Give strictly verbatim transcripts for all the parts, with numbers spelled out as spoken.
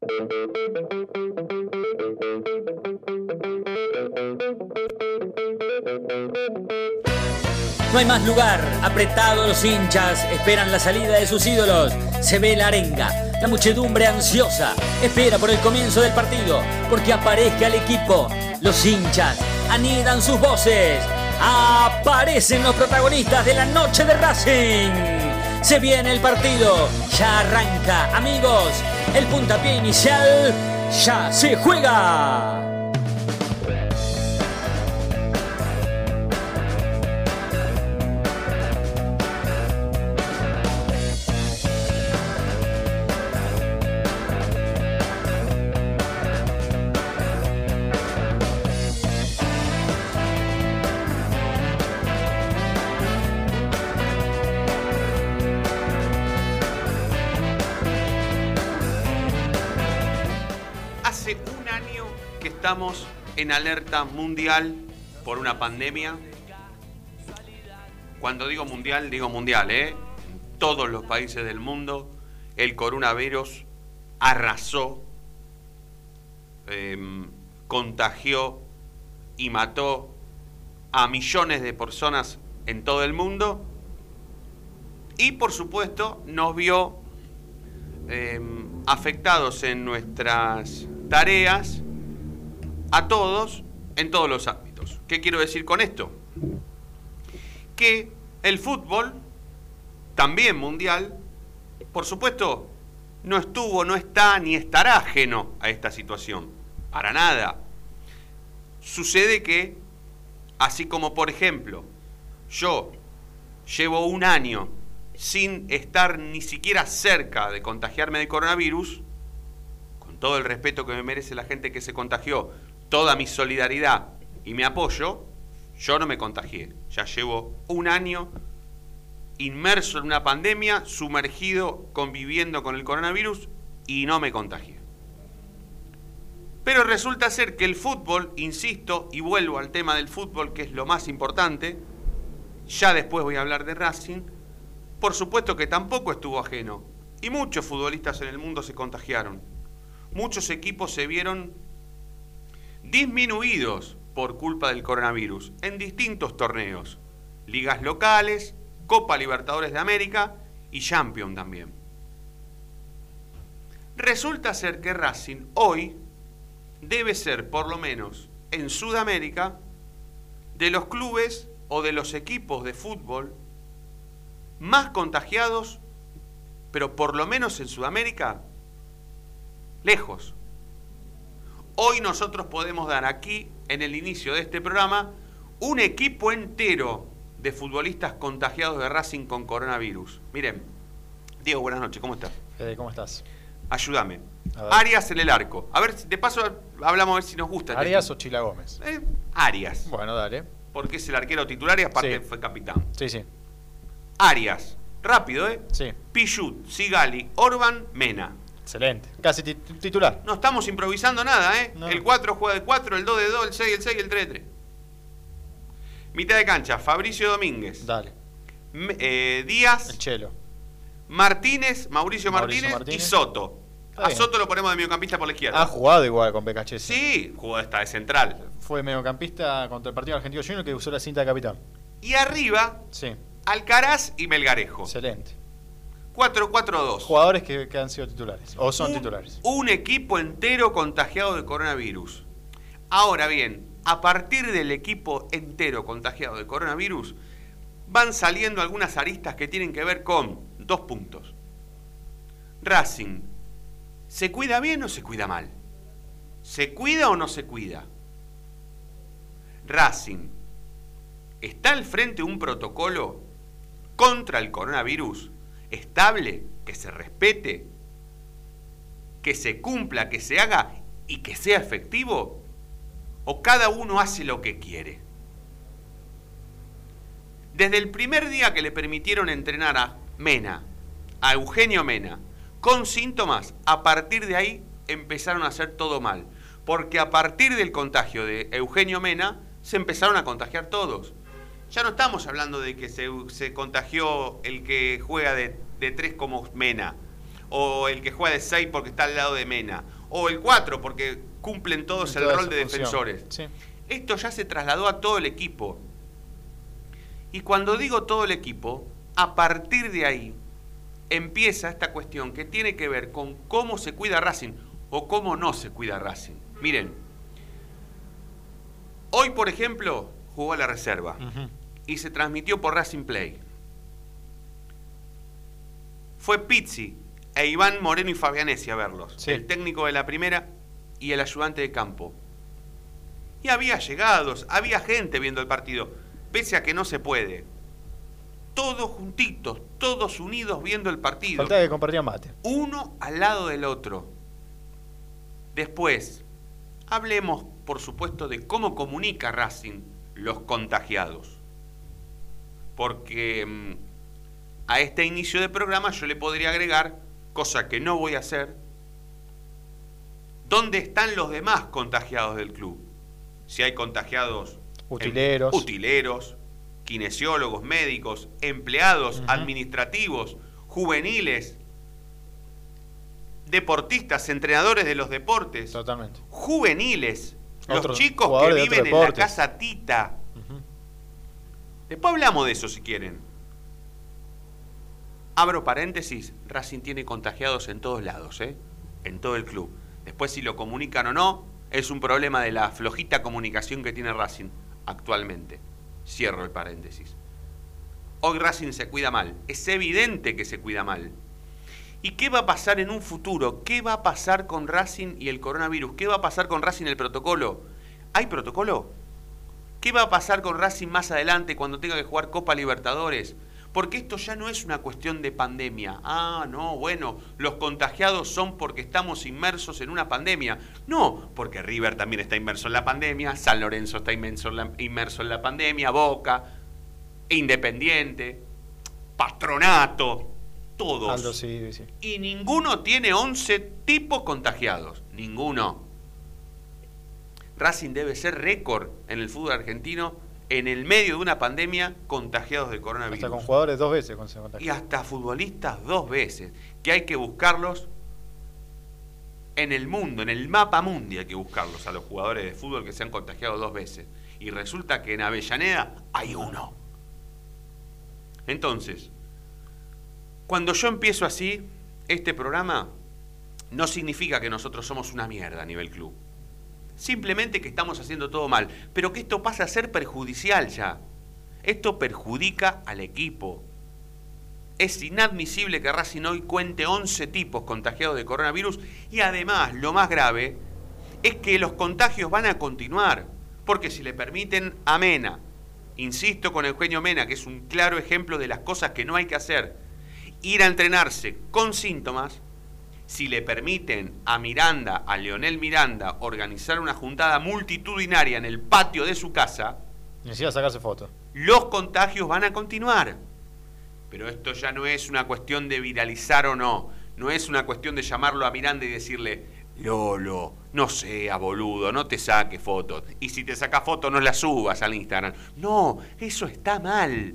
No hay más lugar, apretados los hinchas, esperan la salida de sus ídolos. Se ve la arenga, la muchedumbre ansiosa, espera por el comienzo del partido, porque aparezca el equipo. Los hinchas anidan sus voces, aparecen los protagonistas de la noche de Racing. Se viene el partido, ya arranca, amigos, el puntapié inicial ya se juega. Estamos en alerta mundial por una pandemia. Cuando digo mundial, digo mundial, ¿eh? En todos los países del mundo el coronavirus arrasó, eh, contagió y mató a millones de personas en todo el mundo. Y por supuesto nos vio eh, afectados en nuestras tareas a todos, en todos los ámbitos. ¿Qué quiero decir con esto? Que el fútbol, también mundial, por supuesto, no estuvo, no está, ni estará ajeno a esta situación. Para nada. Sucede que, así como por ejemplo, yo llevo un año sin estar ni siquiera cerca de contagiarme de coronavirus, con todo el respeto que me merece la gente que se contagió, toda mi solidaridad y mi apoyo, yo no me contagié. Ya llevo un año inmerso en una pandemia, sumergido, conviviendo con el coronavirus y no me contagié. Pero resulta ser que el fútbol, insisto, y vuelvo al tema del fútbol, que es lo más importante, ya después voy a hablar de Racing, por supuesto que tampoco estuvo ajeno. Y muchos futbolistas en el mundo se contagiaron. Muchos equipos se vieron disminuidos por culpa del coronavirus en distintos torneos, ligas locales, Copa Libertadores de América y Champions también. Resulta ser que Racing hoy debe ser, por lo menos en Sudamérica, de los clubes o de los equipos de fútbol más contagiados, pero por lo menos en Sudamérica, lejos. Hoy nosotros podemos dar aquí, en el inicio de este programa, un equipo entero de futbolistas contagiados de Racing con coronavirus. Miren, Diego, buenas noches, ¿cómo estás? Fede, ¿cómo estás? Ayúdame. Arias en el arco. A ver, de paso hablamos a ver si nos gusta. ¿Arias o Chila Gómez? Eh, Arias. Bueno, dale. Porque es el arquero titular y aparte sí. fue capitán. Sí, sí. Arias. Rápido, ¿eh? Sí. Pichut, Sigali, Orban, Mena. Excelente. Casi titular. No estamos improvisando nada, ¿eh? No. El cuatro juega de cuatro, el dos de dos, el seis, el seis y el tres de tres. Mitad de cancha, Fabricio Domínguez. Dale. M eh, Díaz. El Chelo. Martínez, Mauricio, Mauricio Martínez, Martínez y Soto. A Soto lo ponemos de mediocampista por la izquierda. Ha jugado igual con Becachese. Sí, jugó esta de central. Fue mediocampista contra el partido Argentino Junior que usó la cinta de capitán. Y arriba, sí. Alcaraz y Melgarejo. Excelente. cuatro cuatro dos. Jugadores que, que han sido titulares, o son un, titulares. Un equipo entero contagiado de coronavirus. Ahora bien, a partir del equipo entero contagiado de coronavirus, van saliendo algunas aristas que tienen que ver con dos puntos. Racing, ¿se cuida bien o se cuida mal? ¿Se cuida o no se cuida? Racing, ¿está al frente un protocolo contra el coronavirus estable, que se respete, que se cumpla, que se haga y que sea efectivo? ¿O cada uno hace lo que quiere? Desde el primer día que le permitieron entrenar a Mena, a Eugenio Mena, con síntomas, a partir de ahí empezaron a hacer todo mal. Porque a partir del contagio de Eugenio Mena, se empezaron a contagiar todos. Ya no estamos hablando de que se, se contagió el que juega de, de tres como Mena, o el que juega de seis porque está al lado de Mena, o el cuatro, porque cumplen todos el rol de función. defensores. Sí. Esto ya se trasladó a todo el equipo. Y cuando digo todo el equipo, a partir de ahí empieza esta cuestión que tiene que ver con cómo se cuida Racing o cómo no se cuida Racing. Miren, hoy por ejemplo jugó la reserva uh-huh. y se transmitió por Racing Play. Fue Pizzi e Iván Moreno y Fabianesi a verlos, sí. el técnico de la primera y el ayudante de campo. Y había llegados, había gente viendo el partido, pese a que no se puede. Todos juntitos, todos unidos viendo el partido. Faltaba que compartían mate. Uno al lado del otro. Después, hablemos, por supuesto, de cómo comunica Racing los contagiados. Porque mmm, a este inicio de programa yo le podría agregar, cosa que no voy a hacer, ¿dónde están los demás contagiados del club? Si hay contagiados... Utileros. En, utileros, kinesiólogos, médicos, empleados, uh-huh. administrativos, juveniles, deportistas, entrenadores de los deportes. Totalmente. Juveniles, Otros los chicos que viven en la casa Tita. Uh-huh. Después hablamos de eso si quieren. Abro paréntesis, Racing tiene contagiados en todos lados, ¿eh? En todo el club. Después si lo comunican o no, es un problema de la flojita comunicación que tiene Racing actualmente. Cierro el paréntesis. Hoy Racing se cuida mal. Es evidente que se cuida mal. ¿Y qué va a pasar en un futuro? ¿Qué va a pasar con Racing y el coronavirus? ¿Qué va a pasar con Racing y el protocolo? ¿Hay protocolo? ¿Qué va a pasar con Racing más adelante cuando tenga que jugar Copa Libertadores? Porque esto ya no es una cuestión de pandemia. Ah, no, bueno, los contagiados son porque estamos inmersos en una pandemia. No, porque River también está inmerso en la pandemia, San Lorenzo está inmerso en la, inmerso en la pandemia, Boca, Independiente, Patronato, todos. Aldo, sí, sí. Y ninguno tiene once tipos contagiados. Ninguno. Racing debe ser récord en el fútbol argentino en el medio de una pandemia contagiados de coronavirus. Hasta con jugadores dos veces con ese contagio. Y hasta futbolistas dos veces, que hay que buscarlos en el mundo, en el mapa mundial, hay que buscarlos a los jugadores de fútbol que se han contagiado dos veces. Y resulta que en Avellaneda hay uno. Entonces, cuando yo empiezo así, este programa no significa que nosotros somos una mierda a nivel club. Simplemente que estamos haciendo todo mal, pero que esto pasa a ser perjudicial ya. Esto perjudica al equipo. Es inadmisible que Racing hoy cuente once tipos contagiados de coronavirus y además, lo más grave, es que los contagios van a continuar. Porque si le permiten a Mena, insisto con Eugenio Mena, que es un claro ejemplo de las cosas que no hay que hacer, ir a entrenarse con síntomas, si le permiten a Miranda, a Leonel Miranda, organizar una juntada multitudinaria en el patio de su casa, necesita sacarse fotos. Los contagios van a continuar. Pero esto ya no es una cuestión de viralizar o no. No es una cuestión de llamarlo a Miranda y decirle, Lolo, no sea boludo, no te saques fotos. Y si te sacas fotos, no las subas al Instagram. No, eso está mal.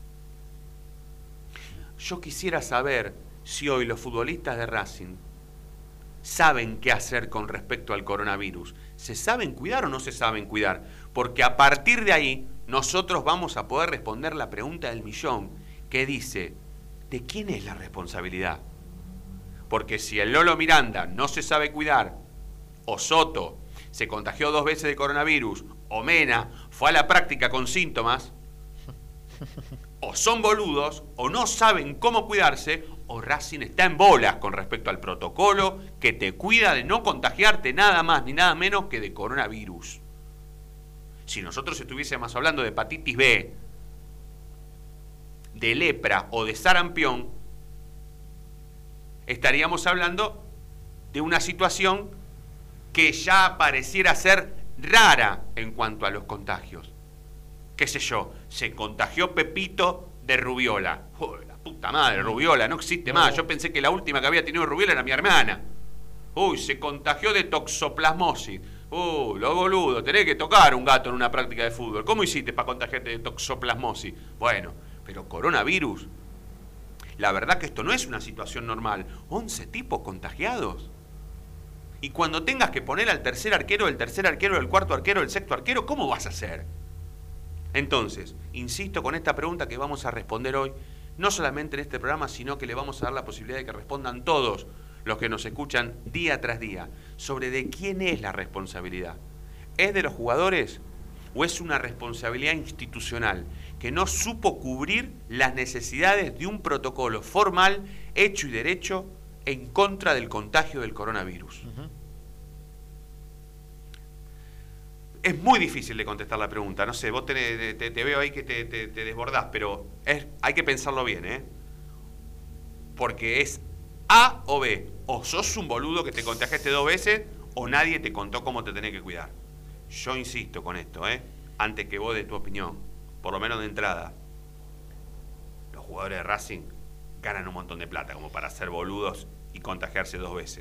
Yo quisiera saber si hoy los futbolistas de Racing saben qué hacer con respecto al coronavirus. ¿Se saben cuidar o no se saben cuidar? Porque a partir de ahí nosotros vamos a poder responder la pregunta del millón, que dice, ¿de quién es la responsabilidad? Porque si el Lolo Miranda no se sabe cuidar, o Soto se contagió dos veces de coronavirus, o Mena fue a la práctica con síntomas, o son boludos, o no saben cómo cuidarse, o Racing está en bolas con respecto al protocolo que te cuida de no contagiarte nada más ni nada menos que de coronavirus. Si nosotros estuviésemos hablando de hepatitis B, de lepra o de sarampión, estaríamos hablando de una situación que ya pareciera ser rara en cuanto a los contagios. Qué sé yo, se contagió Pepito de rubiola. Oh, la puta madre, rubiola, no existe no. más. Yo pensé que la última que había tenido rubiola era mi hermana. Uy, se contagió de toxoplasmosis. Uy, lo boludo, tenés que tocar un gato en una práctica de fútbol. ¿Cómo hiciste para contagiarte de toxoplasmosis? Bueno, pero coronavirus, la verdad que esto no es una situación normal. once tipos contagiados. Y cuando tengas que poner al tercer arquero, el tercer arquero, el cuarto arquero, el sexto arquero, ¿cómo vas a hacer? Entonces, insisto con esta pregunta que vamos a responder hoy, no solamente en este programa, sino que le vamos a dar la posibilidad de que respondan todos los que nos escuchan día tras día, sobre de quién es la responsabilidad. ¿Es de los jugadores o es una responsabilidad institucional que no supo cubrir las necesidades de un protocolo formal, hecho y derecho, en contra del contagio del coronavirus? Uh-huh. Es muy difícil de contestar la pregunta, no sé, vos te, te, te veo ahí que te, te, te desbordás, pero es, hay que pensarlo bien, ¿eh? Porque es A o B, o sos un boludo que te contagiaste dos veces, o nadie te contó cómo te tenés que cuidar. Yo insisto con esto, ¿eh? Antes que vos des tu opinión, por lo menos de entrada, los jugadores de Racing ganan un montón de plata como para ser boludos y contagiarse dos veces.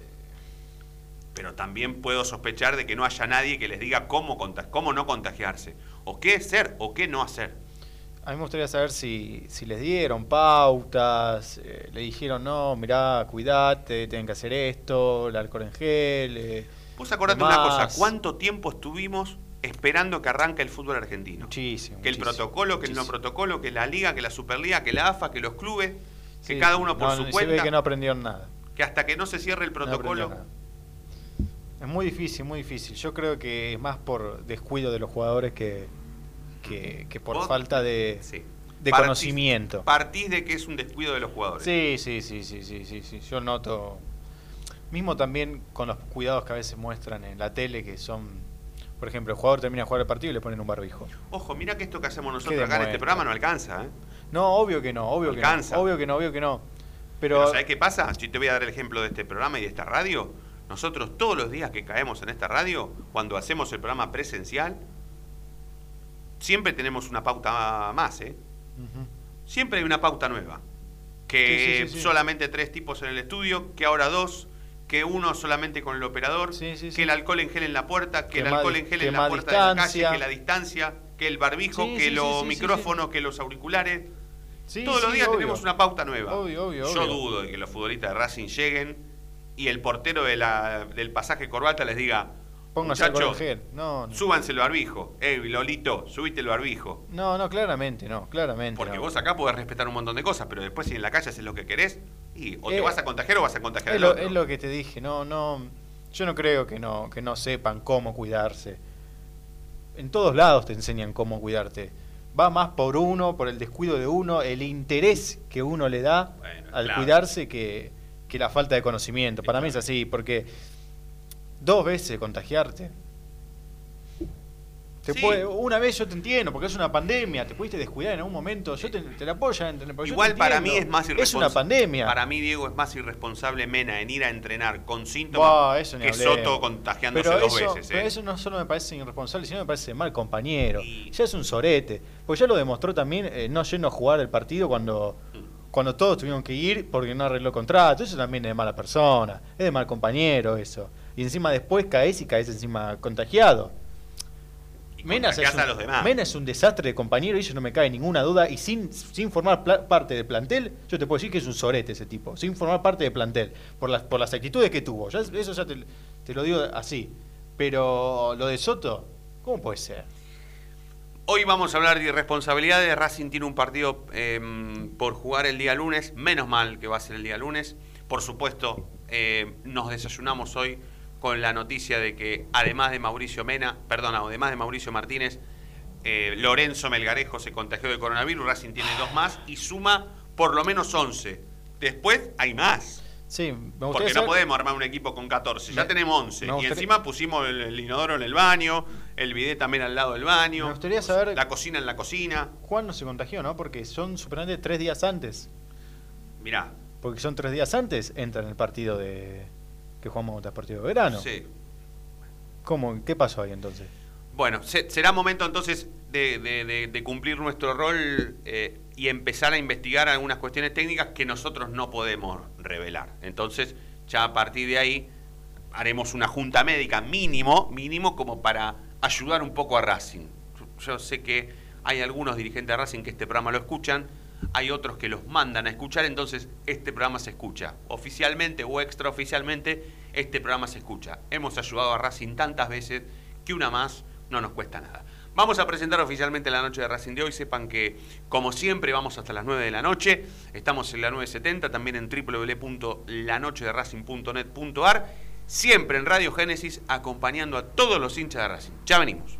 Pero también puedo sospechar de que no haya nadie que les diga cómo, cómo no contagiarse, o qué hacer, o qué no hacer. A mí me gustaría saber si, si les dieron pautas, eh, le dijeron, no, mirá, cuidate, tienen que hacer esto, el alcohol en gel. Eh, Vos acordate una cosa, ¿cuánto tiempo estuvimos esperando que arranque el fútbol argentino? Muchísimo. Que muchísimo, el protocolo, que muchísimo. el no protocolo, que la Liga, que la Superliga, que la A F A, que los clubes, que sí, cada uno por no, su se cuenta. ve que no aprendieron nada. Que hasta que no se cierre el protocolo. No es muy difícil, muy difícil. Yo creo que es más por descuido de los jugadores que, que, que por ¿Vos? falta de, sí. de partís, conocimiento. Partís de que es un descuido de los jugadores. Sí, sí, sí, sí, sí, sí, sí. Yo noto, mismo también con los cuidados que a veces muestran en la tele, que son, por ejemplo, el jugador termina de jugar el partido y le ponen un barbijo. Ojo, mira que esto que hacemos nosotros acá en este programa no alcanza, ¿eh? No, obvio que no, obvio no que alcanza. no, obvio que no, obvio que no. Pero, Pero ¿sabés qué pasa? Yo te voy a dar el ejemplo de este programa y de esta radio. Nosotros todos los días que caemos en esta radio, cuando hacemos el programa presencial, siempre tenemos una pauta más, ¿eh? Uh-huh. Siempre hay una pauta nueva. Que sí, sí, sí, sí. solamente tres tipos en el estudio, que ahora dos, que uno solamente con el operador, sí, sí, sí. que el alcohol en gel en la puerta, que, que el alcohol en gel en la puerta distancia. de la calle, que la distancia, que el barbijo, sí, que sí, los sí, micrófonos, sí, sí. que los auriculares. Sí, todos sí, los días obvio. tenemos una pauta nueva. Obvio, obvio, Yo obvio. dudo de que los futbolistas de Racing lleguen y el portero de la, del pasaje corbata les diga, muchachos, no, no. súbanse el barbijo. Eh, Lolito, subite el barbijo. No, no, claramente, no, claramente. Porque no. vos acá podés respetar un montón de cosas, pero después si en la calle haces lo que querés, y o eh, te vas a contagiar o vas a contagiar es al lo, otro. Es lo que te dije, no, no, yo no creo que no, que no sepan cómo cuidarse. En todos lados te enseñan cómo cuidarte. Va más por uno, por el descuido de uno, el interés que uno le da bueno, al claro. cuidarse que, que la falta de conocimiento. Sí, Para claro. mí es así, porque dos veces contagiarte. Te sí. puede, una vez yo te entiendo, porque es una pandemia, te pudiste descuidar en algún momento, yo te, te la apoyo a entender. Igual para mí es más irresponsable. Es una pandemia. Para mí, Diego, es más irresponsable Mena en ir a entrenar con síntomas Buah, eso que Soto contagiándose pero dos eso, veces. Pero ¿eh? eso no solo me parece irresponsable, sino me parece mal compañero. Y... Ya es un sorete. Porque ya lo demostró también eh, no yendo a jugar el partido cuando, mm. cuando todos tuvieron que ir porque no arregló contrato. Eso también es de mala persona, es de mal compañero eso. Y encima después caes y caes encima contagiado. Mena es, un, Mena es un desastre de compañero y eso no me cabe ninguna duda. Y sin, sin formar parte del plantel, yo te puedo decir que es un sorete ese tipo. Sin formar parte del plantel, por las, por las actitudes que tuvo. Ya, eso ya te, te lo digo así. Pero lo de Soto, ¿cómo puede ser? Hoy vamos a hablar de irresponsabilidades. Racing tiene un partido eh, por jugar el día lunes. Menos mal que va a ser el día lunes. Por supuesto, eh, nos desayunamos hoy con la noticia de que además de Mauricio Mena, perdón, además de Mauricio Martínez, eh, Lorenzo Melgarejo se contagió de coronavirus, Racing tiene dos más y suma por lo menos once. Después hay más. Sí, me Porque saber... no podemos armar un equipo con catorce, ya me... tenemos once. Gustaría... Y encima pusimos el, el inodoro en el baño, el bidet también al lado del baño. Me gustaría saber... La cocina en la cocina. Juan no se contagió, ¿no? Porque son supuestamente tres días antes. Mirá. Porque son tres días antes, entra en el partido de... que jugamos contra el partido de verano. Sí. ¿Cómo? ¿Qué pasó ahí entonces? Bueno, se, será momento entonces de, de, de, de cumplir nuestro rol eh, y empezar a investigar algunas cuestiones técnicas que nosotros no podemos revelar. Entonces, ya a partir de ahí haremos una junta médica mínimo, mínimo como para ayudar un poco a Racing. Yo sé que hay algunos dirigentes de Racing que este programa lo escuchan, hay otros que los mandan a escuchar, entonces este programa se escucha. Oficialmente o extraoficialmente, este programa se escucha. Hemos ayudado a Racing tantas veces que una más no nos cuesta nada. Vamos a presentar oficialmente la noche de Racing de hoy. Sepan que, como siempre, vamos hasta las nueve de la noche. Estamos en la nueve setenta, también en w w w punto la noche de racing punto net punto a r. Siempre en Radio Génesis, acompañando a todos los hinchas de Racing. Ya venimos.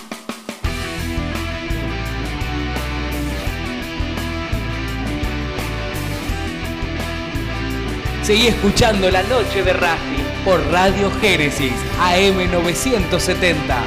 Seguí escuchando La Noche de Racing por Radio Génesis A M novecientos setenta.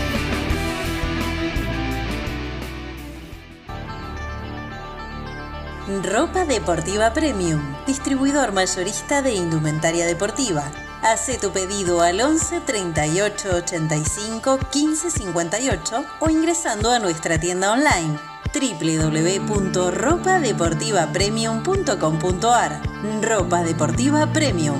Ropa Deportiva Premium, distribuidor mayorista de indumentaria deportiva. Hace tu pedido al once treinta y ocho ochenta y cinco quince cincuenta y ocho o ingresando a nuestra tienda online w w w punto ropa deportiva premium punto com punto a r. Ropa Deportiva Premium.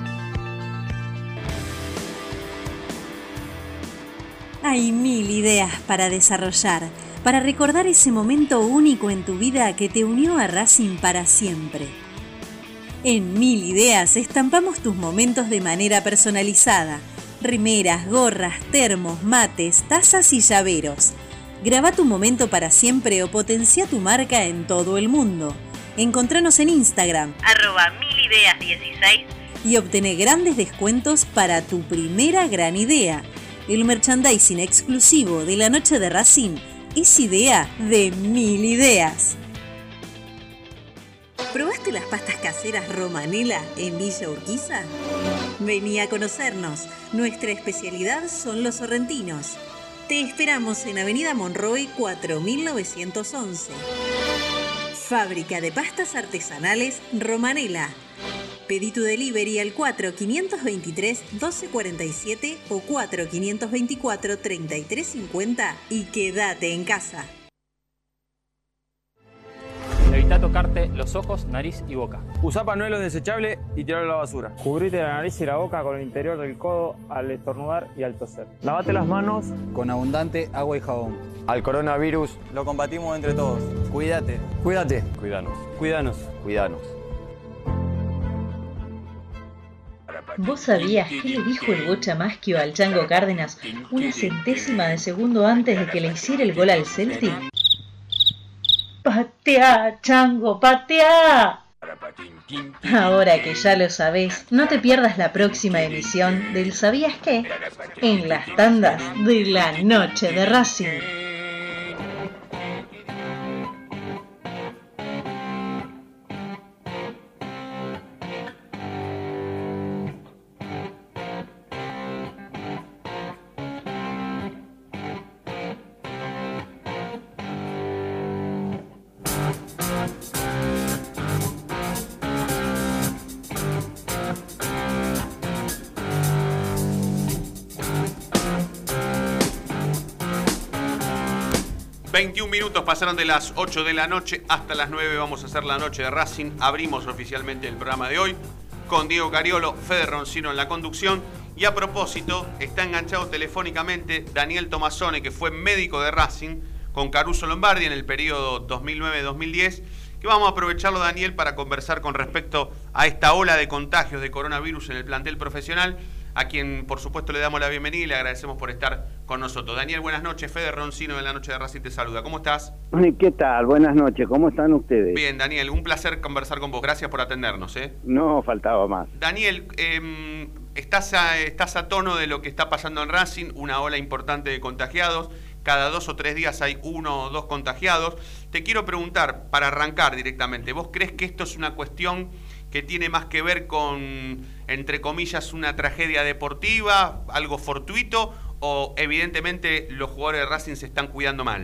Hay mil ideas para desarrollar, para recordar ese momento único en tu vida que te unió a Racing para siempre. En Mil Ideas estampamos tus momentos de manera personalizada. Remeras, gorras, termos, mates, tazas y llaveros. Graba tu momento para siempre o potencia tu marca en todo el mundo. Encontranos en Instagram, arroba milideas dieciséis, y obtené grandes descuentos para tu primera gran idea. El merchandising exclusivo de la noche de Racing es idea de Mil Ideas. ¿Probaste las pastas caseras Romanela en Villa Urquiza? Vení a conocernos. Nuestra especialidad son los sorrentinos. Te esperamos en Avenida Monroy cuatro mil novecientos once. Fábrica de pastas artesanales Romanela. Pedí tu delivery al cuatro quinientos veintitrés doce cuarenta y siete o cuatro quinientos veinticuatro treinta y tres cincuenta y quédate en casa. Evita tocarte los ojos, nariz y boca. Usa pañuelo desechable y tirarlo a la basura. Cubrite la nariz y la boca con el interior del codo al estornudar y al toser. Lavate las manos con abundante agua y jabón. Al coronavirus lo combatimos entre todos. Cuídate. Cuídate. Cuídanos. Cuídanos. Cuídanos. ¿Vos sabías qué le dijo el Bocha Maschio al Chango Cárdenas una centésima de segundo antes de que le hiciera el gol al Celtic? ¡Pateá, Chango, pateá! Ahora que ya lo sabés, no te pierdas la próxima emisión del ¿Sabías qué? En las tandas de la noche de Racing. veintiún minutos pasaron de las ocho de la noche hasta las nueve. Vamos a hacer la noche de Racing. Abrimos oficialmente el programa de hoy con Diego Cariolo, Fede Roncino en la conducción. Y a propósito, está enganchado telefónicamente Daniel Tomazone, que fue médico de Racing con Caruso Lombardi en el periodo dos mil nueve dos mil diez. Que vamos a aprovecharlo, Daniel, para conversar con respecto a esta ola de contagios de coronavirus en el plantel profesional, a quien por supuesto le damos la bienvenida y le agradecemos por estar con nosotros. Daniel, buenas noches. Fede Roncino de la Noche de Racing te saluda. ¿Cómo estás? ¿Qué tal? Buenas noches. ¿Cómo están ustedes? Bien, Daniel, un placer conversar con vos. Gracias por atendernos. ¿eh? No faltaba más. Daniel, eh, estás, a, estás a tono de lo que está pasando en Racing, una ola importante de contagiados. Cada dos o tres días hay uno o dos contagiados. Te quiero preguntar, para arrancar directamente, ¿vos crees que esto es una cuestión que tiene más que ver con, entre comillas, una tragedia deportiva, algo fortuito, o evidentemente los jugadores de Racing se están cuidando mal?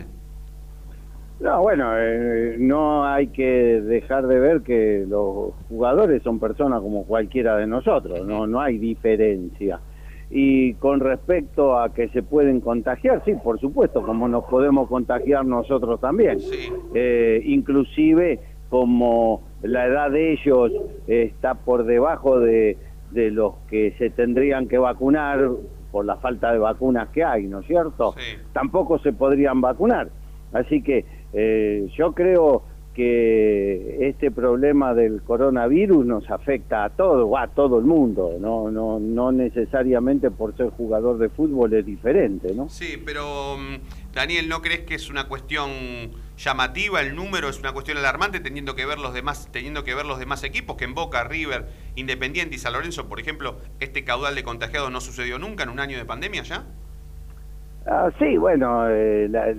No, bueno, eh, no hay que dejar de ver que los jugadores son personas como cualquiera de nosotros, no, no hay diferencia. Y con respecto a que se pueden contagiar, sí, por supuesto, como nos podemos contagiar nosotros también. Sí. Eh, inclusive, como la edad de ellos está por debajo de, de los que se tendrían que vacunar por la falta de vacunas que hay, ¿no es cierto? Sí. Tampoco se podrían vacunar. Así que eh, yo creo que este problema del coronavirus nos afecta a todos, a todo el mundo, no, no, no necesariamente por ser jugador de fútbol es diferente, ¿no? Sí, pero Daniel, ¿no crees que es una cuestión llamativa el número, es una cuestión alarmante teniendo que ver los demás, teniendo que ver los demás equipos, que en Boca, River, Independiente y San Lorenzo, por ejemplo, este caudal de contagiados no sucedió nunca en un año de pandemia ya? Ah, sí, bueno, eh, la,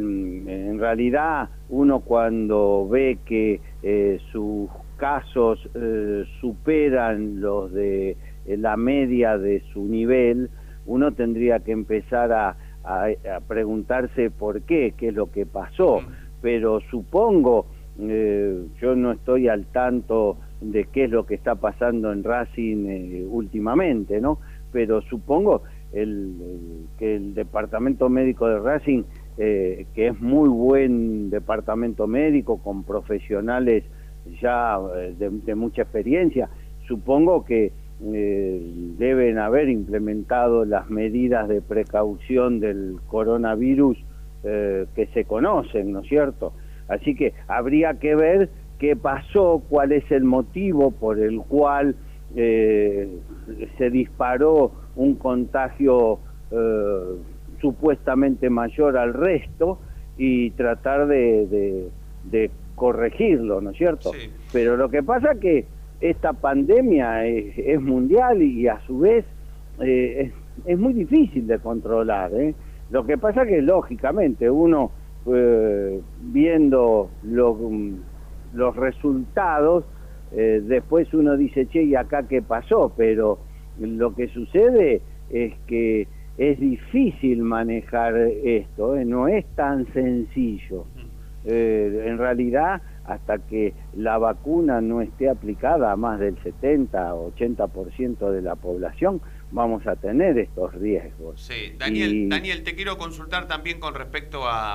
en realidad uno cuando ve que eh, sus casos eh, superan los de eh, la media de su nivel, uno tendría que empezar a, a, a preguntarse por qué, qué es lo que pasó. Pero supongo, eh, yo no estoy al tanto de qué es lo que está pasando en Racing eh, últimamente, ¿no? Pero supongo el, el, que el departamento médico de Racing, eh, que es muy buen departamento médico, con profesionales ya eh, de, de mucha experiencia, supongo que eh, deben haber implementado las medidas de precaución del coronavirus eh, que se conocen, ¿no es cierto? Así que habría que ver qué pasó, cuál es el motivo por el cual eh, se disparó un contagio eh, supuestamente mayor al resto y tratar de, de, de corregirlo, ¿no es cierto? Sí. Pero lo que pasa es que esta pandemia es, es mundial y a su vez eh, es, es muy difícil de controlar, ¿eh? Lo que pasa es que lógicamente uno eh, viendo lo, los resultados, eh, después uno dice, che, ¿y acá qué pasó? Pero lo que sucede es que es difícil manejar esto, ¿eh? No es tan sencillo. Eh, en realidad, hasta que la vacuna no esté aplicada a más del setenta, ochenta por ciento de la población, vamos a tener estos riesgos. Sí, Daniel, y... Daniel, te quiero consultar también con respecto a,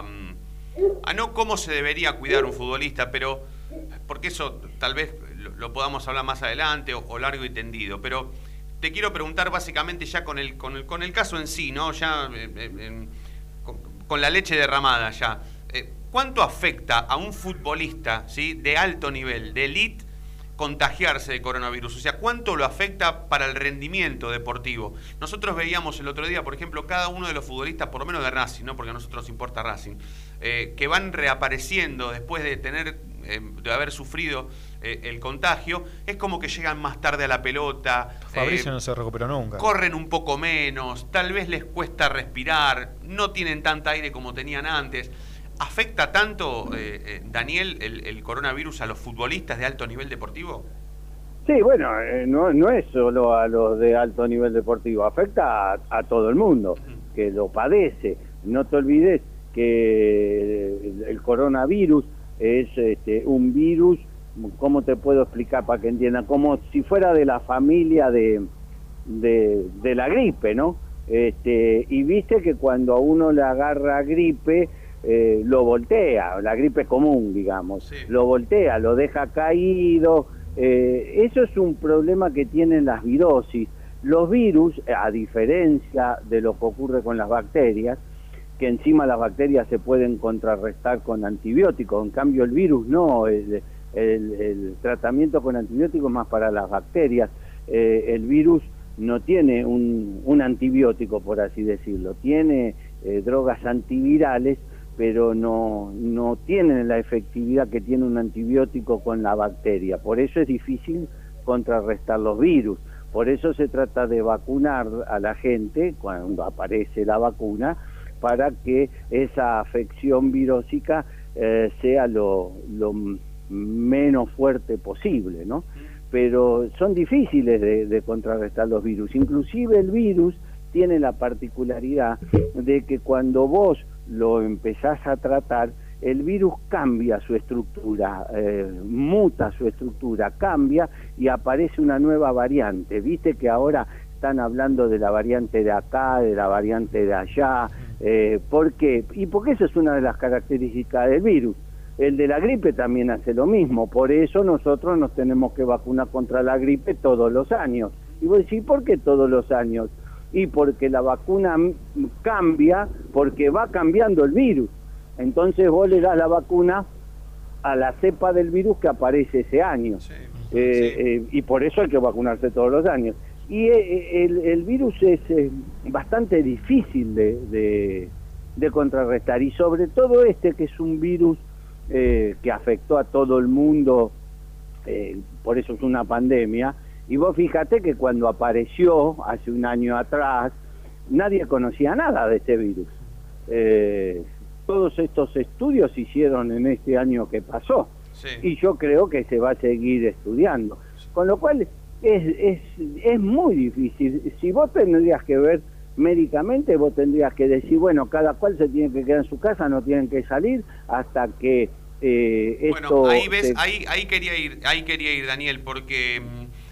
a no cómo se debería cuidar un futbolista, pero porque eso tal vez lo, lo podamos hablar más adelante o, o largo y tendido, pero te quiero preguntar básicamente ya con el con el con el caso en sí, ¿no? Ya eh, eh, con, con la leche derramada ya. Eh, ¿Cuánto afecta a un futbolista, ¿sí?, de alto nivel, de elite, contagiarse de coronavirus? O sea, ¿cuánto lo afecta para el rendimiento deportivo? Nosotros veíamos el otro día, por ejemplo, cada uno de los futbolistas, por lo menos de Racing, ¿no?, porque a nosotros nos importa Racing, eh, que van reapareciendo después de tener, eh, de haber sufrido eh, el contagio, es como que llegan más tarde a la pelota. Fabricio eh, no se recuperó nunca. Corren un poco menos, tal vez les cuesta respirar, no tienen tanta aire como tenían antes. ¿Afecta tanto, eh, eh, Daniel, el, el coronavirus a los futbolistas de alto nivel deportivo? Sí, bueno, eh, no, no es solo a los de alto nivel deportivo, afecta a, a todo el mundo uh-huh. que lo padece. No te olvides que el, el coronavirus es este, un virus, ¿cómo te puedo explicar para que entiendan? Como si fuera de la familia de, de, de la gripe, ¿no? Este, y viste que cuando a uno le agarra gripe, Eh, lo voltea, la gripe común, digamos, sí. Lo voltea, lo deja caído. Eh, eso es un problema que tienen las virosis. Los virus, a diferencia de lo que ocurre con las bacterias, que encima las bacterias se pueden contrarrestar con antibióticos, en cambio el virus no, el, el, el tratamiento con antibióticos es más para las bacterias. Eh, el virus no tiene un, un antibiótico, por así decirlo, tiene eh, drogas antivirales, pero no, no tienen la efectividad que tiene un antibiótico con la bacteria. Por eso es difícil contrarrestar los virus. Por eso se trata de vacunar a la gente cuando aparece la vacuna, para que esa afección virósica eh, sea lo, lo menos fuerte posible, ¿no? Pero son difíciles de, de contrarrestar los virus. Inclusive el virus tiene la particularidad de que cuando vos lo empezás a tratar, el virus cambia su estructura, eh, muta su estructura, cambia y aparece una nueva variante. Viste que ahora están hablando de la variante de acá, de la variante de allá. Eh, ¿Por qué? Y porque eso es una de las características del virus. El de la gripe también hace lo mismo, por eso nosotros nos tenemos que vacunar contra la gripe todos los años. Y vos decís, ¿por qué todos los años? Y porque la vacuna cambia, porque va cambiando el virus. Entonces vos le das la vacuna a la cepa del virus que aparece ese año. Sí, eh, sí. Eh, y por eso hay que vacunarse todos los años. Y eh, el, el virus es eh, bastante difícil de, de, de contrarrestar, y sobre todo este, que es un virus eh, que afectó a todo el mundo, eh, por eso es una pandemia. Y vos fíjate que cuando apareció hace un año atrás, nadie conocía nada de este virus. Eh, todos estos estudios se hicieron en este año que pasó, sí. Y yo creo que se va a seguir estudiando, con lo cual es, es, es muy difícil. Si vos tendrías que ver médicamente, vos tendrías que decir, bueno, cada cual se tiene que quedar en su casa, no tienen que salir hasta que eh, esto... Bueno, ahí ves, se... ahí, ahí quería ir, ahí quería ir, Daniel, porque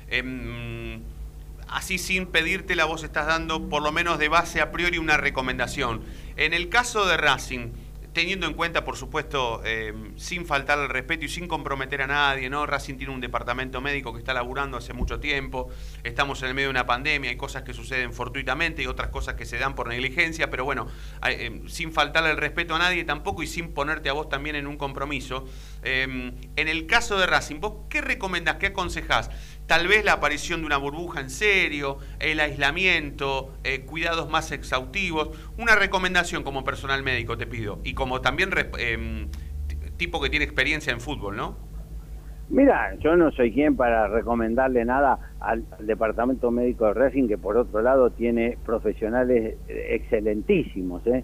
eh, así sin pedírtela vos estás dando, por lo menos de base a priori, una recomendación. En el caso de Racing, teniendo en cuenta, por supuesto, eh, sin faltar al respeto y sin comprometer a nadie, ¿no? Racing tiene un departamento médico que está laburando hace mucho tiempo, estamos en el medio de una pandemia, hay cosas que suceden fortuitamente y otras cosas que se dan por negligencia, pero bueno, eh, sin faltarle el respeto a nadie tampoco y sin ponerte a vos también en un compromiso. Eh, en el caso de Racing, ¿vos qué recomendás, qué aconsejás? Tal vez la aparición de una burbuja en serio, el aislamiento, eh, cuidados más exhaustivos. Una recomendación como personal médico te pido, y como también eh, tipo que tiene experiencia en fútbol, ¿no? Mira, yo no soy quien para recomendarle nada al, al departamento médico de Racing, que por otro lado tiene profesionales excelentísimos, ¿eh?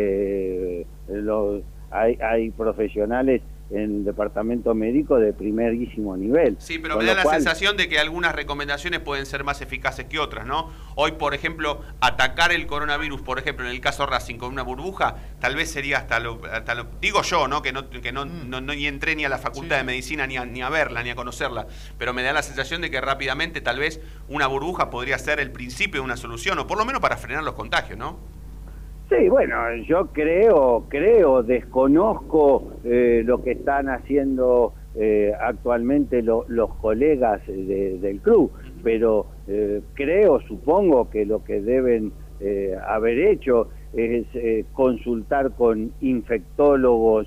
Eh, los, hay, hay profesionales en el departamento médico de primerísimo nivel. Sí, pero Con me da la cual... sensación de que algunas recomendaciones pueden ser más eficaces que otras, ¿no? Hoy, por ejemplo, atacar el coronavirus, por ejemplo, en el caso Racing con una burbuja, tal vez sería hasta lo... Hasta lo digo yo, ¿no? Que no que no, mm. no, no ni entré ni a la facultad sí. de medicina ni a, ni a verla, ni a conocerla, pero me da la sensación de que rápidamente tal vez una burbuja podría ser el principio de una solución, o por lo menos para frenar los contagios, ¿no? Sí, bueno, yo creo, creo, desconozco eh, lo que están haciendo eh, actualmente lo, los colegas de, del club, pero eh, creo, supongo que lo que deben eh, haber hecho es eh, consultar con infectólogos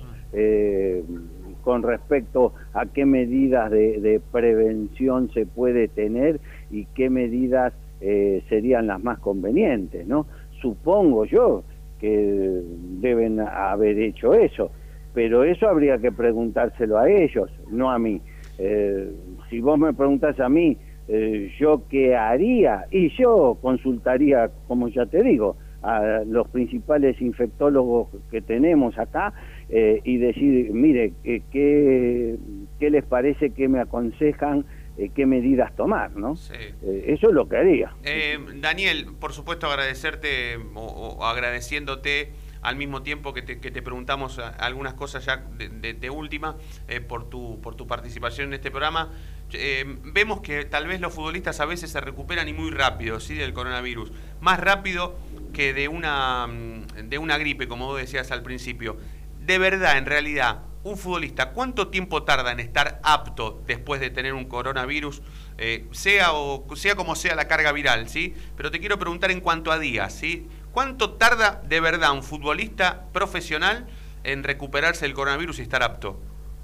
eh, con respecto a qué medidas de, de prevención se puede tener y qué medidas eh, serían las más convenientes, ¿no? Supongo yo que deben haber hecho eso, pero eso habría que preguntárselo a ellos, no a mí. Eh, si vos me preguntás a mí, eh, ¿yo qué haría? Y yo consultaría, como ya te digo, a los principales infectólogos que tenemos acá eh, y decir, mire, eh, ¿qué, ¿qué les parece, qué me aconsejan? Eh, qué medidas tomar, ¿no? Sí. Eh, eso es lo que haría. Eh, Daniel, por supuesto agradecerte o, o agradeciéndote al mismo tiempo que te, que te preguntamos algunas cosas ya de, de, de última eh, por tu por tu participación en este programa. Eh, vemos que tal vez los futbolistas a veces se recuperan y muy rápido, ¿sí? Del coronavirus, más rápido que de una de una gripe, como vos decías al principio. De verdad, en realidad, un futbolista, ¿cuánto tiempo tarda en estar apto después de tener un coronavirus, eh, sea o sea como sea la carga viral, ¿sí? Pero te quiero preguntar en cuanto a días, ¿sí? ¿Cuánto tarda de verdad un futbolista profesional en recuperarse del coronavirus y estar apto?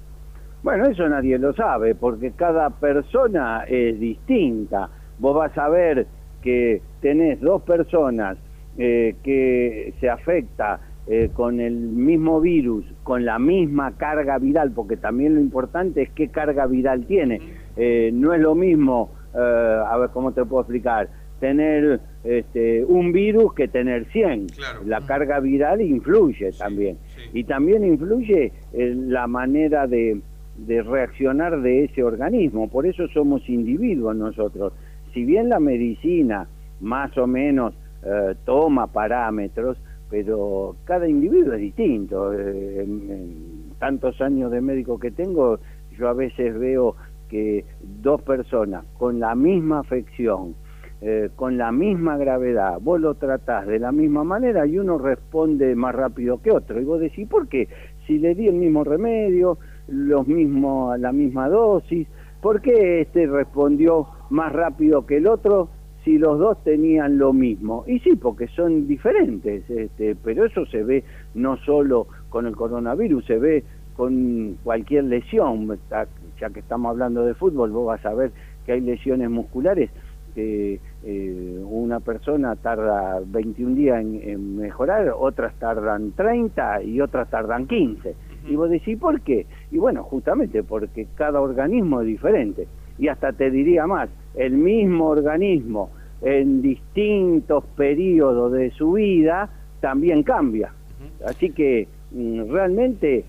Bueno, eso nadie lo sabe, porque cada persona es distinta. Vos vas a ver que tenés dos personas eh, que se afecta Eh, con el mismo virus, con la misma carga viral, porque también lo importante es qué carga viral tiene. Eh, no es lo mismo, eh, a ver cómo te puedo explicar, tener este, un virus que tener cien. Claro. La carga viral influye sí, también. Sí. Y también influye eh, la manera de, de reaccionar de ese organismo. Por eso somos individuos nosotros. Si bien la medicina más o menos eh, toma parámetros, pero cada individuo es distinto. Eh, en, en tantos años de médico que tengo, yo a veces veo que dos personas con la misma afección, eh, con la misma gravedad, vos lo tratás de la misma manera y uno responde más rápido que otro. Y vos decís, ¿por qué? Si le di el mismo remedio, los mismos, la misma dosis, ¿por qué este respondió más rápido que el otro? Si los dos tenían lo mismo. Y sí, porque son diferentes, este, pero eso se ve no solo con el coronavirus, se ve con cualquier lesión, ya que estamos hablando de fútbol, vos vas a ver que hay lesiones musculares, que eh, una persona tarda veintiún días en, en mejorar, otras tardan treinta y otras tardan quince. Y vos decís, ¿por qué? Y bueno, justamente porque cada organismo es diferente. Y hasta te diría más, el mismo organismo en distintos periodos de su vida también cambia. Así que realmente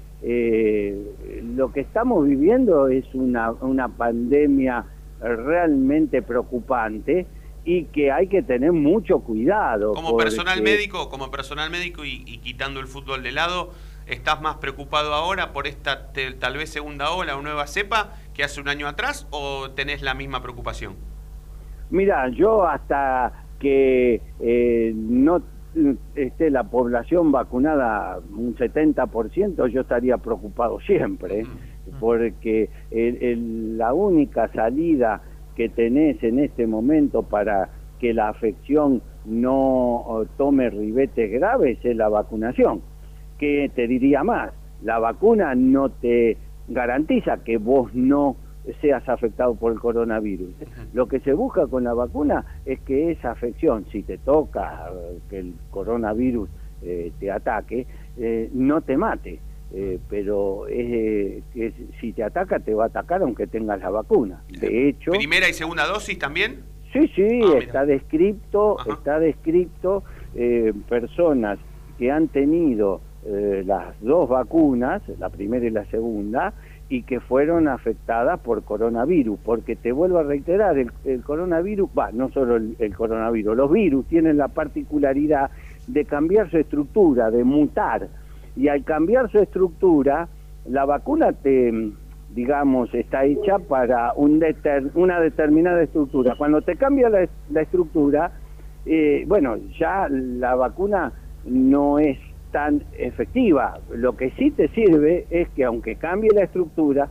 eh, lo que estamos viviendo es una, una pandemia realmente preocupante y que hay que tener mucho cuidado. Como porque... personal médico, como personal médico y, y quitando el fútbol de lado, ¿estás más preocupado ahora por esta te, tal vez segunda ola o nueva cepa que hace un año atrás o tenés la misma preocupación? Mira, yo hasta que eh, no esté la población vacunada un setenta por ciento, yo estaría preocupado siempre, ¿eh? Porque el, el, la única salida que tenés en este momento para que la afección no tome ribetes graves es la vacunación. Que te diría más, la vacuna no te garantiza que vos no seas afectado por el coronavirus. Lo que se busca con la vacuna es que esa afección, si te toca que el coronavirus eh, te ataque, eh, no te mate. Eh, pero eh, que si te ataca, te va a atacar aunque tengas la vacuna. De hecho... ¿Primera y segunda dosis también? Sí, sí, ah, está descrito, Ajá. está descrito eh, personas que han tenido eh, las dos vacunas, la primera y la segunda, y que fueron afectadas por coronavirus, porque te vuelvo a reiterar, el, el coronavirus, va, no solo el, el coronavirus, los virus tienen la particularidad de cambiar su estructura, de mutar, y al cambiar su estructura, la vacuna te, digamos, está hecha para un deter, una determinada estructura. Cuando te cambia la, la estructura, eh, bueno, ya la vacuna no es tan efectiva. Lo que sí te sirve es que aunque cambie la estructura,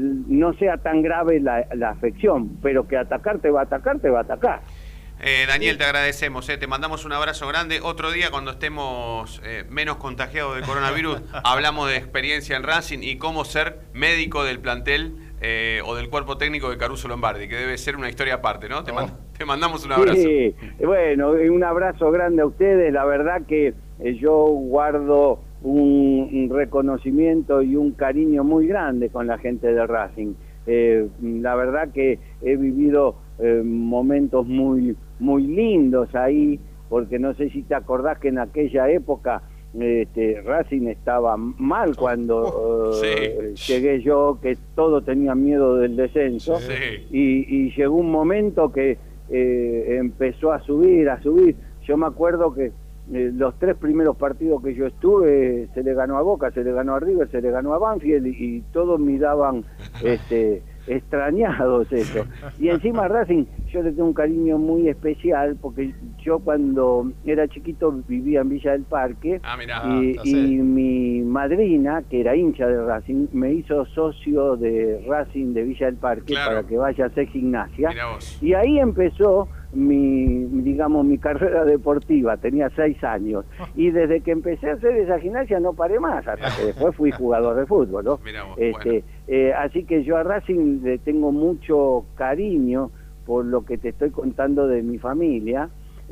no sea tan grave la, la afección, pero que atacar te va a atacar, te va a atacar. Eh, Daniel, te agradecemos, eh. te mandamos un abrazo grande. Otro día, cuando estemos eh, menos contagiados del coronavirus, hablamos de experiencia en Racing y cómo ser médico del plantel eh, o del cuerpo técnico de Caruso Lombardi, que debe ser una historia aparte, ¿no? Te, mand te mandamos un abrazo. Sí, bueno, un abrazo grande a ustedes. La verdad que eh, yo guardo un, un reconocimiento y un cariño muy grande con la gente de Racing. Eh, la verdad que he vivido eh, momentos muy muy lindos ahí, porque no sé si te acordás que en aquella época este, Racing estaba mal cuando uh, sí. llegué yo, que todos tenían miedo del descenso, sí. y, y llegó un momento que eh, empezó a subir, a subir. Yo me acuerdo que eh, los tres primeros partidos que yo estuve, se le ganó a Boca, se le ganó a River, se le ganó a Banfield, y, y todos miraban este, extrañados eso. Y encima Racing, yo le tengo un cariño muy especial, porque yo cuando era chiquito vivía en Villa del Parque, ah, mirá, y, ah, y mi madrina, que era hincha de Racing, me hizo socio de Racing de Villa del Parque, claro, para que vaya a hacer gimnasia. Y ahí empezó mi, digamos, mi carrera deportiva. Tenía seis años, y desde que empecé a hacer esa gimnasia no paré más, hasta que después fui jugador de fútbol, ¿no? Vos, este, bueno. eh, así que yo a Racing le tengo mucho cariño por lo que te estoy contando de mi familia,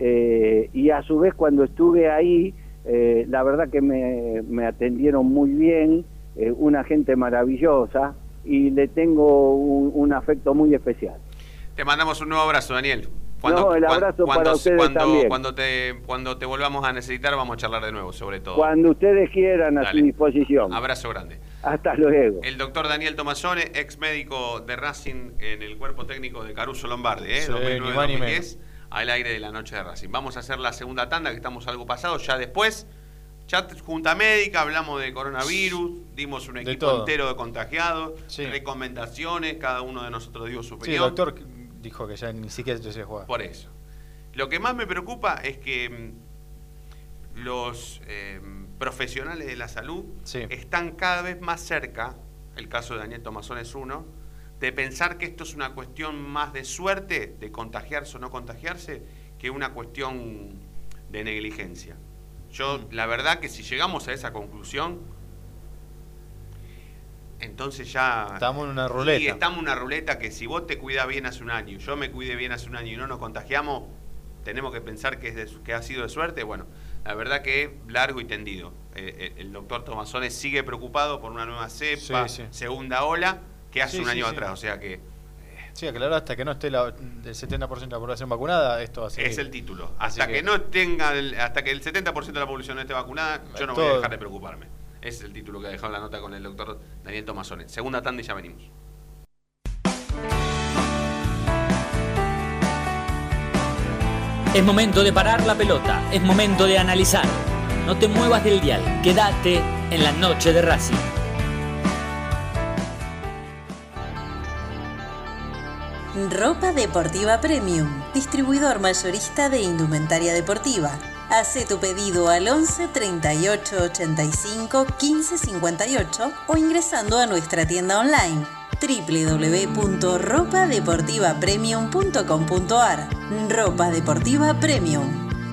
eh, y a su vez cuando estuve ahí, eh, la verdad que me, me atendieron muy bien, eh, una gente maravillosa, y le tengo un, un afecto muy especial. Te mandamos un nuevo abrazo, Daniel. Cuando, no, el abrazo cuando, para ustedes cuando, también. Cuando te, cuando te volvamos a necesitar, vamos a charlar de nuevo, sobre todo. Cuando ustedes quieran, a Dale. su disposición. Abrazo grande. Hasta luego. El doctor Daniel Tomassone, ex médico de Racing en el cuerpo técnico de Caruso Lombardi, ¿eh? Sí, dos mil nueve dos mil diez, al aire de la noche de Racing. Vamos a hacer la segunda tanda, que estamos algo pasado. Ya después, chat junta médica, hablamos de coronavirus, dimos un equipo entero de contagiados, sí. recomendaciones, cada uno de nosotros dio su opinión. Sí, el doctor dijo que ya ni siquiera se juega. Por eso. Lo que más me preocupa es que mmm, los eh, profesionales de la salud sí. están cada vez más cerca, el caso de Daniel Tomassone es uno, de pensar que esto es una cuestión más de suerte, de contagiarse o no contagiarse, que una cuestión de negligencia. Yo, mm. la verdad que si llegamos a esa conclusión, entonces ya... Estamos en una ruleta. Y estamos en una ruleta que si vos te cuidás bien hace un año, yo me cuidé bien hace un año y no nos contagiamos, tenemos que pensar que, es de, que ha sido de suerte. Bueno, la verdad que es largo y tendido. Eh, el doctor Tomasones sigue preocupado por una nueva cepa, sí, sí. segunda ola, que hace sí, un año sí, atrás. Sí. O sea que... Eh, sí, aclarar, hasta que no esté la, el setenta por ciento de la población vacunada, esto va a ser... Es el título. Hasta que, que no tenga el, hasta que el setenta por ciento de la población no esté vacunada, yo no todo. voy a dejar de preocuparme. Ese es el título que ha dejado la nota con el doctor Daniel Tomasones. Segunda tanda y ya venimos. Es momento de parar la pelota, es momento de analizar. No te muevas del dial, quédate en la noche de Racing. Ropa deportiva premium, distribuidor mayorista de indumentaria deportiva. Hace tu pedido al once treinta y ocho ochenta y cinco quince cincuenta y ocho o ingresando a nuestra tienda online doble u doble u doble u punto ropa deportiva premium punto com punto a r. Ropa Deportiva Premium.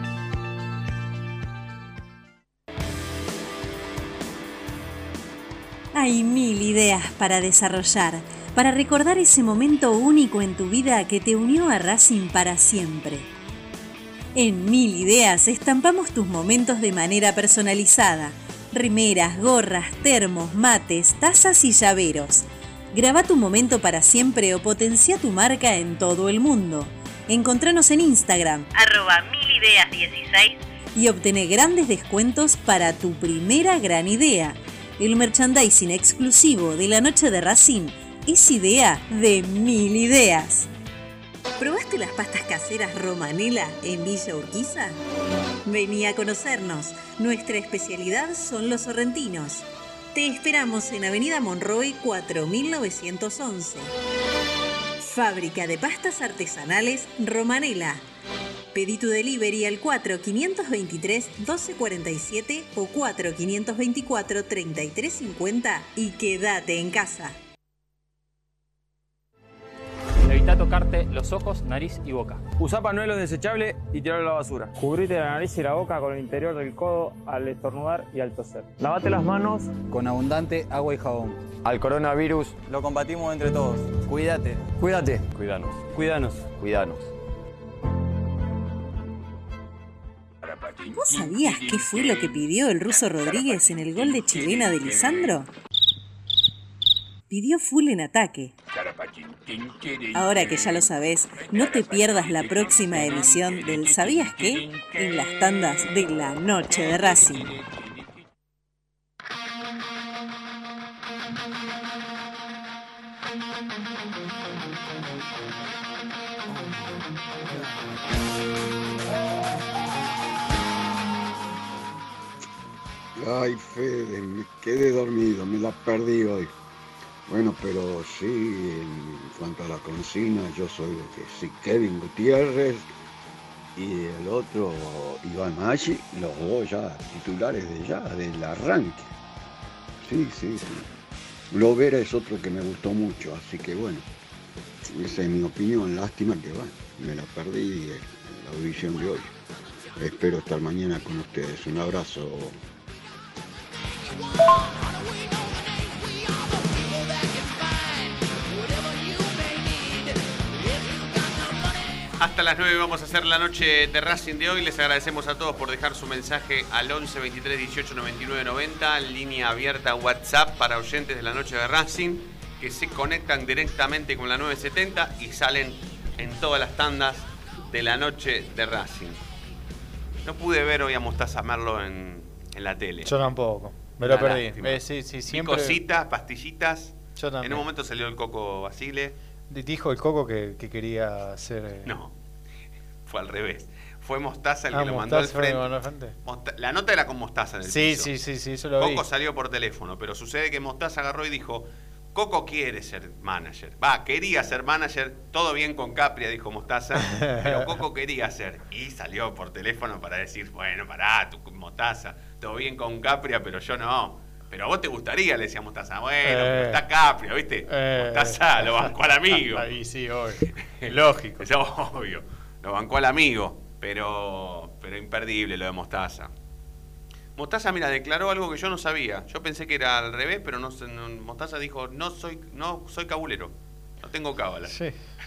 Hay mil ideas para desarrollar, para recordar ese momento único en tu vida que te unió a Racing para siempre. En Mil Ideas estampamos tus momentos de manera personalizada. Remeras, gorras, termos, mates, tazas y llaveros. Graba tu momento para siempre o potencia tu marca en todo el mundo. Encontranos en Instagram, arroba milideas dieciséis, y obtené grandes descuentos para tu primera gran idea. El merchandising exclusivo de la noche de Racing es idea de Mil Ideas. ¿Probaste las pastas caseras Romanela en Villa Urquiza? Vení a conocernos. Nuestra especialidad son los sorrentinos. Te esperamos en Avenida Monroe cuatro mil novecientos once. Fábrica de pastas artesanales Romanela. Pedí tu delivery al cuatro quinientos veintitrés doce cuarenta y siete o cuatro quinientos veinticuatro treinta y tres cincuenta y quédate en casa. Evita tocarte los ojos, nariz y boca. Usa pañuelo desechable y tirarlo a la basura. Cubrite la nariz y la boca con el interior del codo al estornudar y al toser. Lavate las manos con abundante agua y jabón. Al coronavirus lo combatimos entre todos. Cuídate. Cuídate. Cuídanos. Cuídanos. Cuídanos. ¿Vos sabías qué fue lo que pidió el ruso Rodríguez en el gol de chilena de Lisandro? Pidió full en ataque. Ahora que ya lo sabés, no te pierdas la próxima emisión del ¿Sabías qué? En las tandas de la noche de Racing. Ay, Fede, me quedé dormido, me la perdí hoy. Bueno, pero sí, en cuanto a la consigna, yo soy de que sí, Kevin Gutiérrez y el otro Iván Maggi, los dos ya titulares de ya, del arranque. Sí, sí, sí. Lovera es otro que me gustó mucho, así que bueno, esa es mi opinión. Lástima que bueno, me la perdí en la audición de hoy. Espero estar mañana con ustedes. Un abrazo. Hasta las nueve vamos a hacer la noche de Racing de hoy. Les agradecemos a todos por dejar su mensaje al once veintitrés dieciocho noventa y nueve noventa, línea abierta WhatsApp para oyentes de la noche de Racing que se conectan directamente con la nueve setenta y salen en todas las tandas de la noche de Racing. No pude ver hoy a Mostaza Merlo en, en la tele. Yo tampoco, me lo perdí. Eh, sí, sí, siempre... Cositas, pastillitas. Yo también. En un momento salió el Coco Basile. Dijo el Coco que, que quería hacer... Eh... No, fue al revés. Fue Mostaza el ah, que lo mandó al frente. Mandó al frente. Mosta... La nota era con Mostaza en el sí, piso. Sí, sí, sí, eso lo Coco vi. salió por teléfono, pero sucede que Mostaza agarró y dijo, Coco quiere ser manager. Va, quería ser manager, todo bien con Capria, dijo Mostaza, pero Coco quería ser. Y salió por teléfono para decir, bueno, pará, tu Mostaza, todo bien con Capria, pero yo no. Pero a vos te gustaría, le decía Mostaza. Bueno, eh, pero está Capria, ¿viste? Eh, Mostaza lo bancó al amigo. Ahí sí, obvio. Lógico. Es obvio. Lo bancó al amigo. Pero, pero imperdible lo de Mostaza. Mostaza, mira, declaró algo que yo no sabía. Yo pensé que era al revés, pero no, no Mostaza dijo, no soy no soy cabulero, no tengo cábala. Sí.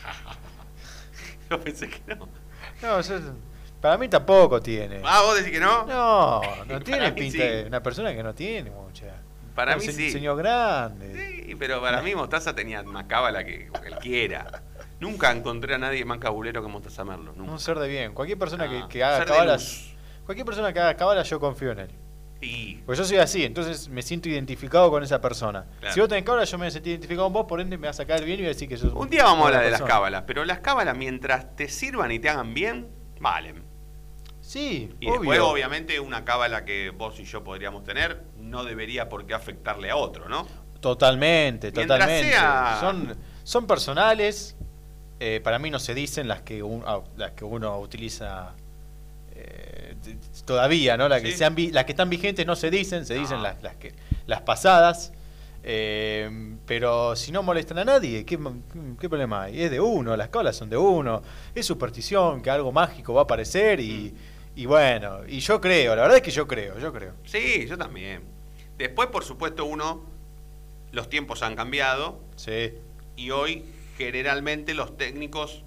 Yo pensé que no. No, yo, para mí tampoco tiene. Ah, ¿vos decís que no? No, no tiene mí pinta sí. de una persona que no tiene mucha. Para no, mí se, sí. Señor grande. Sí, pero para mí Mostaza tenía más cábala que cualquiera. Nunca encontré a nadie más cabulero que Mostaza Merlo. Nunca. Un ser de bien. Cualquier persona No, que, que haga ser de cábalas. luz. Cualquier persona que haga cábalas, yo confío en él. Sí. Pues yo soy así, entonces me siento identificado con esa persona. Claro. Si vos tenés cábalas, yo me sentí identificado con vos, por ende me vas a caer bien y voy a decir que sos Un día vamos a hablar de las persona. cábalas, pero las cábalas mientras te sirvan y te hagan bien, valen. Sí, Y obvio. después, obviamente, una cábala que vos y yo podríamos tener no debería por qué afectarle a otro, ¿no? Totalmente, Mientras totalmente. sea- Son, son personales. Eh, para mí no se dicen las que, un- ah, las que uno utiliza eh, t- todavía, ¿no? Las que, Sí. sean vi- las que están vigentes no se dicen, se No. dicen las, las, que, las pasadas. Eh, pero si no molestan a nadie, ¿qué, qué problema hay? Es de uno, las cábalas son de uno. Es superstición, que algo mágico va a aparecer y, y bueno, y yo creo, la verdad es que yo creo, yo creo. Sí, yo también. Después, por supuesto, uno, los tiempos han cambiado. Sí. Y hoy, generalmente, los técnicos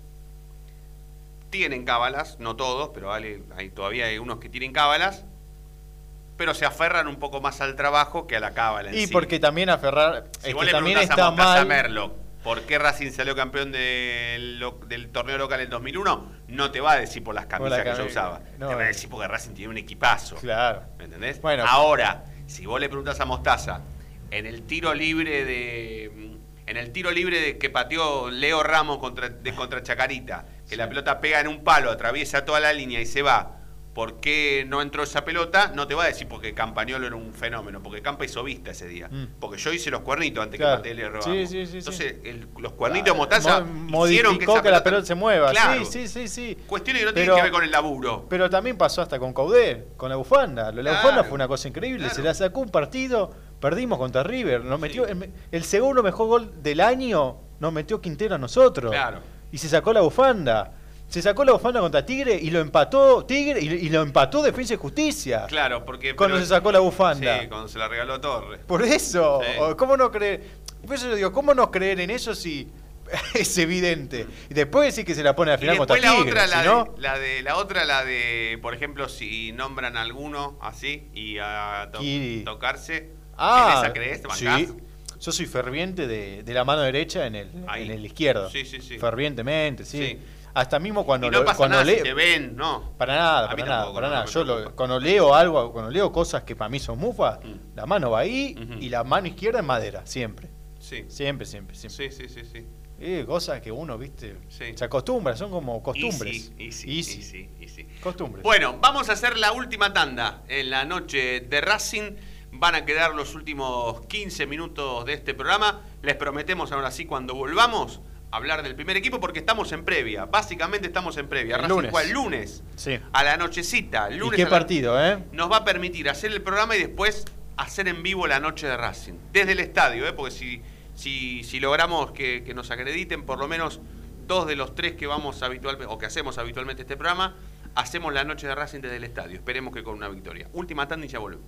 tienen cábalas, no todos, pero hay, hay, todavía hay unos que tienen cábalas, pero se aferran un poco más al trabajo que a la cábala en Y sí. porque también aferrar, Si es vos que le también preguntás está a Mostaza mal. Merlo por qué Racing salió campeón del, lo- del torneo local en dos mil uno, no te va a decir por las camisas la que yo cami- usaba. no. Te va a decir porque Racing tiene un equipazo. Claro. ¿Me entendés? Bueno. Ahora, si vos le preguntás a Mostaza en el tiro libre de en el tiro libre de que pateó Leo Ramos contra, de, contra Chacarita, que la pelota pega en un palo, atraviesa toda la línea y se va, ¿por qué no entró esa pelota? No te va a decir porque Campagnolo era un fenómeno, porque Campa hizo vista ese día. Mm. Porque yo hice los cuernitos antes Claro. que pateé Leo Ramos. Sí, sí, sí, sí. Entonces, el- los cuernitos de Mostaza Mo- hicieron modificó que, que, esa la pelota se mueva. Claro. Sí, sí, sí, sí. Cuestiones que no Pero- tienen que ver con el laburo. Pero también pasó hasta con Caudé, con la bufanda. Lo de la Claro. bufanda fue una cosa increíble. Claro. Se la sacó un partido, perdimos contra River. Nos metió el, el segundo mejor gol del año, nos metió Quintero a nosotros. Claro. Y se sacó la bufanda. Se sacó la bufanda contra Tigre y lo empató Tigre y, y lo empató Defensa y Justicia. Claro, porque... Cuando pero- se sacó la bufanda. Sí, cuando se la regaló a Torres. Por eso, Sí. o- ¿cómo no creer? Por eso yo digo, ¿cómo no creer en eso si es evidente? Y después decir que se la pone al Y final contra después la Tigre, otra, la, si no, de, la de la otra, la de, por ejemplo, si nombran a alguno así y a to- Kiri. tocarse, Ah, ¿en esa crees? ¿Te bancás? sí. Yo soy ferviente de, de la mano derecha en el, Ahí. en el izquierdo. Sí, sí, sí. Fervientemente, sí. Sí. Hasta mismo cuando Y no lo- pasa cuando nada si leo- te ven, no. Para nada, A mí para nada, tampoco, para no, nada. no me Yo lo- preocupa. cuando leo algo, cuando leo cosas que para mí son mufas, Mm. la mano va ahí Ujú. y la mano izquierda en madera, siempre. Sí. Siempre, siempre, siempre. Sí, sí, sí, sí. Eh, cosas que uno, viste, Sí. se acostumbra, son como costumbres. Easy, easy, Easy. easy, easy. Costumbres. Bueno, vamos a hacer la última tanda en la noche de Racing. Van a quedar los últimos quince minutos de este programa. Les prometemos ahora sí, cuando volvamos, hablar del primer equipo, porque estamos en previa. Básicamente estamos en previa. El Racing lunes. juega el lunes, Sí. a la nochecita. El ¿Y lunes qué a la- partido, eh? Nos va a permitir hacer el programa y después hacer en vivo la noche de Racing. Desde el estadio, ¿eh? Porque si, si, si logramos que, que nos acrediten por lo menos dos de los tres que vamos habitualmente, o que hacemos habitualmente este programa, hacemos la noche de Racing desde el estadio. Esperemos que con una victoria. Última tanda y ya volvemos.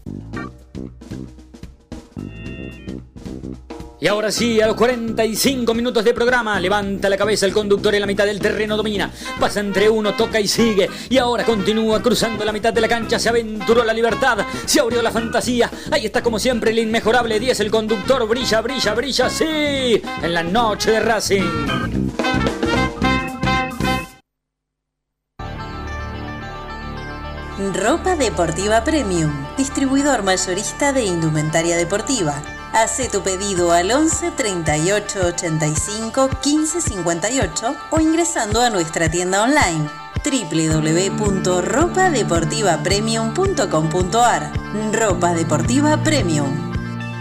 Y ahora sí, a los cuarenta y cinco minutos de programa, levanta la cabeza el conductor en la mitad del terreno, domina, pasa entre uno, toca y sigue, y ahora continúa cruzando la mitad de la cancha, se aventuró la libertad, se abrió la fantasía, ahí está como siempre el inmejorable diez, el conductor, brilla, brilla, brilla, sí, en la noche de Racing. Ropa Deportiva Premium, distribuidor mayorista de indumentaria deportiva. Hace tu pedido al once treinta y ocho ochenta y cinco quince cincuenta y ocho o ingresando a nuestra tienda online doble u doble u doble u punto ropa deportiva premium punto com punto a r. Ropa Deportiva Premium.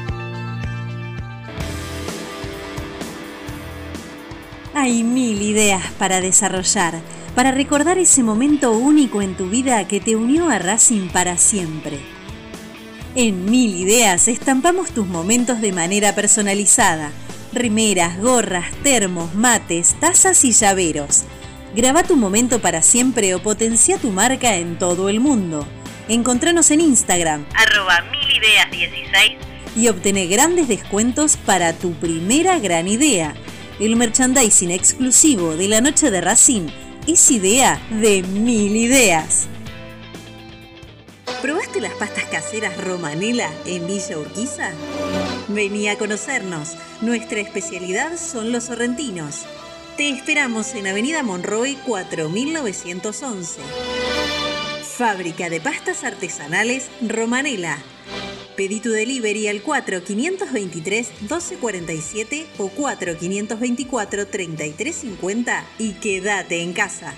Hay mil ideas para desarrollar, para recordar ese momento único en tu vida que te unió a Racing para siempre. En Mil Ideas estampamos tus momentos de manera personalizada. Remeras, gorras, termos, mates, tazas y llaveros. Graba tu momento para siempre o potencia tu marca en todo el mundo. Encontranos en Instagram, arroba milideas dieciséis, y obtené grandes descuentos para tu primera gran idea. El merchandising exclusivo de la noche de Racing es idea de Mil Ideas. ¿Probaste las pastas caseras Romanela en Villa Urquiza? Vení a conocernos. Nuestra especialidad son los sorrentinos. Te esperamos en Avenida Monroy cuatro mil novecientos once. Fábrica de pastas artesanales Romanela. Pedí tu delivery al cuatro quinientos veintitrés doce cuarenta y siete o cuatro quinientos veinticuatro treinta y tres cincuenta y quédate en casa.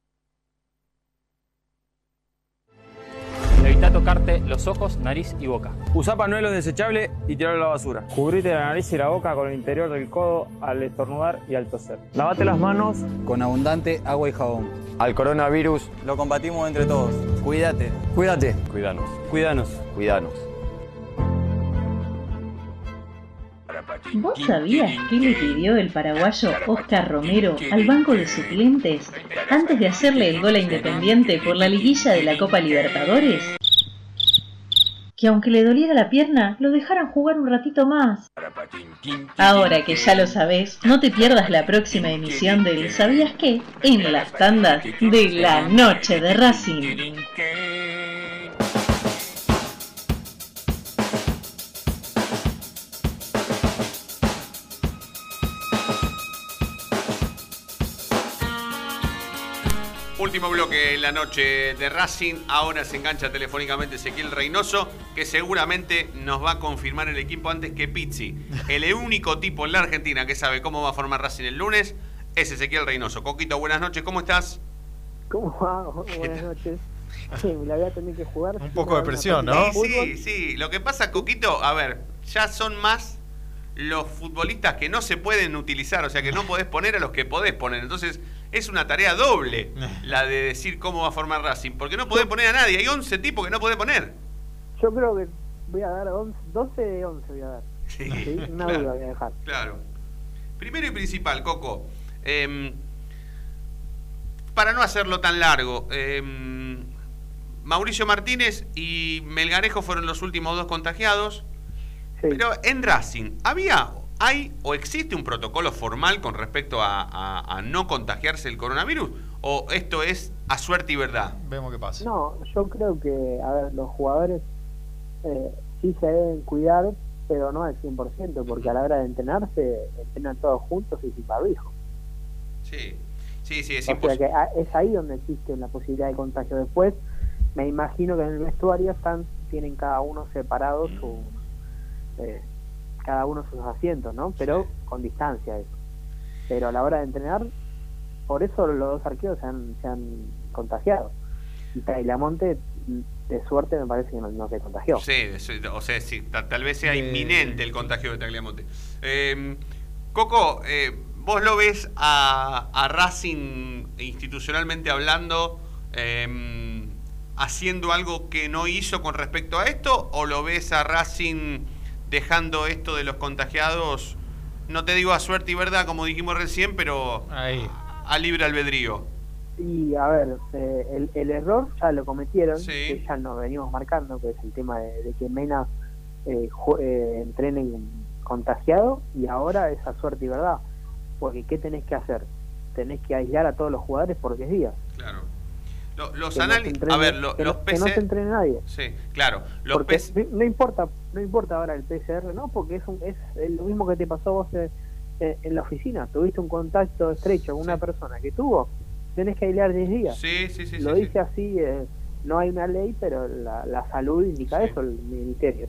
Evita tocarte los ojos, nariz y boca. Usa pañuelos desechables y tirarlo a la basura. Cubrite la nariz y la boca con el interior del codo al estornudar y al toser. Lavate las manos con abundante agua y jabón. Al coronavirus Lo combatimos entre todos. Cuídate. Cuídate. Cuidanos. Cuidanos. Cuidanos. ¿Vos sabías qué le pidió el paraguayo Oscar Romero al banco de suplentes antes de hacerle el gol a Independiente por la liguilla de la Copa Libertadores? Que aunque le doliera la pierna, lo dejaran jugar un ratito más. Ahora que ya lo sabés, no te pierdas la próxima emisión del ¿Sabías qué? En las tandas de la noche de Racing. Último bloque en la noche de Racing. Ahora se engancha telefónicamente Ezequiel Reynoso, que seguramente nos va a confirmar el equipo antes que Pizzi. El único tipo en la Argentina que sabe cómo va a formar Racing el lunes es Ezequiel Reynoso. Coquito, buenas noches, ¿cómo estás? ¿Cómo va? Buenas noches. Sí, me la voy a tener que jugar. Un poco de presión, ¿no? Sí, sí, sí. Lo que pasa, Coquito, a ver, ya son más los futbolistas que no se pueden utilizar, o sea, que no podés poner a los que podés poner. Entonces, es una tarea doble la de decir cómo va a formar Racing, porque no podés poner a nadie. Hay once tipos que no podés poner. Yo creo que voy a dar once, doce de once voy a dar. Sí, ¿Sí? Una claro, duda voy a dejar. Claro. Primero y principal, Coco, eh, para no hacerlo tan largo, eh, Mauricio Martínez y Melgarejo fueron los últimos dos contagiados. Sí. Pero en Racing, ¿había, hay o existe un protocolo formal con respecto a, a, a no contagiarse el coronavirus? ¿O esto es a suerte y verdad? Vemos qué pasa. No, yo creo que, a ver, los jugadores eh, sí se deben cuidar, pero no al cien por ciento, porque a la hora de entrenarse, entrenan todos juntos y sin barbijo. Sí, sí, sí, es O sea que es ahí donde existe la posibilidad de contagio. Después, me imagino que en el vestuario están, tienen cada uno separados mm. sus... Eh, cada uno sus asientos, ¿no? Pero sí, con distancia eso. Pero a la hora de entrenar, por eso los dos arqueros se han, se han contagiado. Y Tagliamonte, de suerte, me parece que no, no se contagió. Sí, o sea, sí, tal vez sea inminente el contagio de Tagliamonte. Eh, Coco, eh, ¿vos lo ves a, a Racing institucionalmente hablando eh, haciendo algo que no hizo con respecto a esto? ¿O lo ves a Racing dejando esto de los contagiados, no te digo a suerte y verdad, como dijimos recién, pero Ahí. a libre albedrío? Y a ver, eh, el, el error ya lo cometieron, sí. que ya nos venimos marcando, que es el tema de, de que Mena eh, eh, entrene contagiado, y ahora es a suerte y verdad, porque ¿qué tenés que hacer? Tenés que aislar a todos los jugadores por diez días. Claro. Los análisis, no a ver, lo, que los no, P C R... que no se entrene nadie. Sí, claro. Los porque P C... no importa, no importa ahora el P C R, no, porque es, un, es lo mismo que te pasó vos eh, en la oficina. Tuviste un contacto estrecho con una sí. persona que tuvo, tenés que aislar diez días. Sí, sí, sí. Lo sí, dice sí. así, eh, no hay una ley, pero la, la salud indica sí. eso, el ministerio.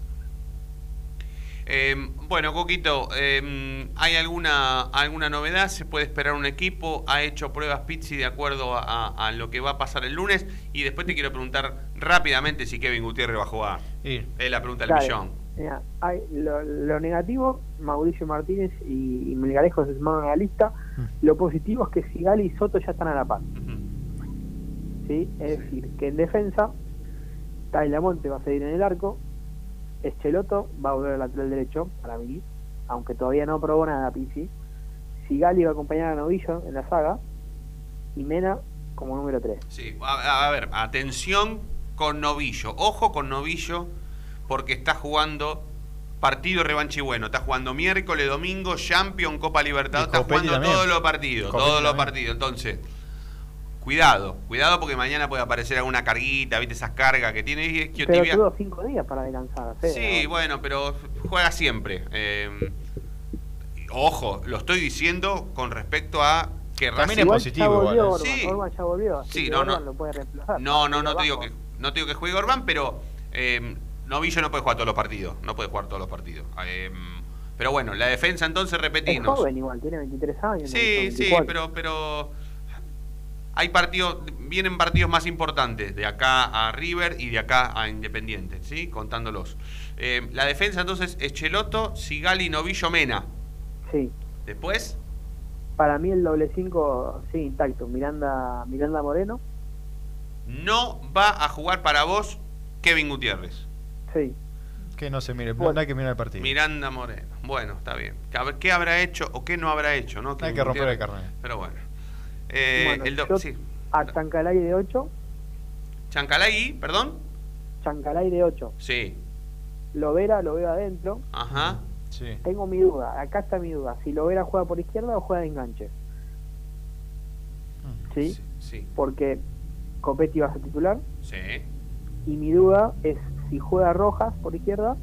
Eh, bueno, Coquito, eh, ¿hay alguna alguna novedad? ¿Se puede esperar un equipo? ¿Ha hecho pruebas Pizzi de acuerdo a, a, a lo que va a pasar el lunes? Y después te quiero preguntar rápidamente si Kevin Gutiérrez va a jugar. Sí. Es la pregunta del millón. Mira, hay, lo, lo negativo, Mauricio Martínez y, y Melgarejo se sumaron a la lista. Mm. Lo positivo es que Sigali y Soto ya están a la par. Uh-huh. ¿Sí? Es sí. decir, que en defensa, Tagliamonte va a seguir en el arco. Echeloto va a volver al lateral derecho para mí, aunque todavía no probó nada Pizzi. Sigali va a acompañar a Novillo en la saga y Mena como número tres. Sí, a, a ver, atención con Novillo. Ojo con Novillo, porque está jugando partido revanche bueno. Está jugando miércoles, domingo, Champions, Copa Libertadores. Está jugando también. todos los partidos. Todos también. los partidos. Entonces, cuidado. Cuidado porque mañana puede aparecer alguna carguita, ¿viste? Esas cargas que tiene. Es que pero tuvo cinco días para descansar. Fede, sí, ¿no? bueno, pero juega siempre. Eh, ojo, lo estoy diciendo con respecto a que también es positivo. Ya volvió, igual, Orban. Sí. Orban ya volvió. Así Sí, que no, Orban no. lo puede reemplazar. No, no, no abajo. te digo que no te digo que juegue Orban, pero eh, Novillo no puede jugar todos los partidos. No puede jugar todos los partidos. Eh, pero bueno, la defensa entonces repetimos. Es joven igual, tiene veintitrés años. Sí, sí, pero, pero hay partidos, vienen partidos más importantes de acá a River y de acá a Independiente, ¿sí? Contándolos. Eh, la defensa entonces es Cheloto, Sigali, Novillo, Mena. Sí. Después. Para mí el doble cinco sigue intacto. Miranda, Miranda Moreno. No va a jugar para vos Kevin Gutiérrez. Sí. Que no se mire, Bueno. no hay que mirar el partido. Miranda Moreno. Bueno, está bien. A ver, ¿qué habrá hecho o qué no habrá hecho? ¿No? Hay Kevin que romper Gutiérrez. el carnet. Pero bueno. Eh, Bueno, el do- yo- sí. A Chancalay de ocho. Chancalay, perdón. Chancalay de ocho. Sí. Lovera lo veo adentro. Ajá. Sí. Tengo mi duda, acá está mi duda. Si Lovera juega por izquierda o juega de enganche. ¿Sí? Sí. Porque Copetti va a ser titular. Sí. Y mi duda es si juega Rojas por izquierda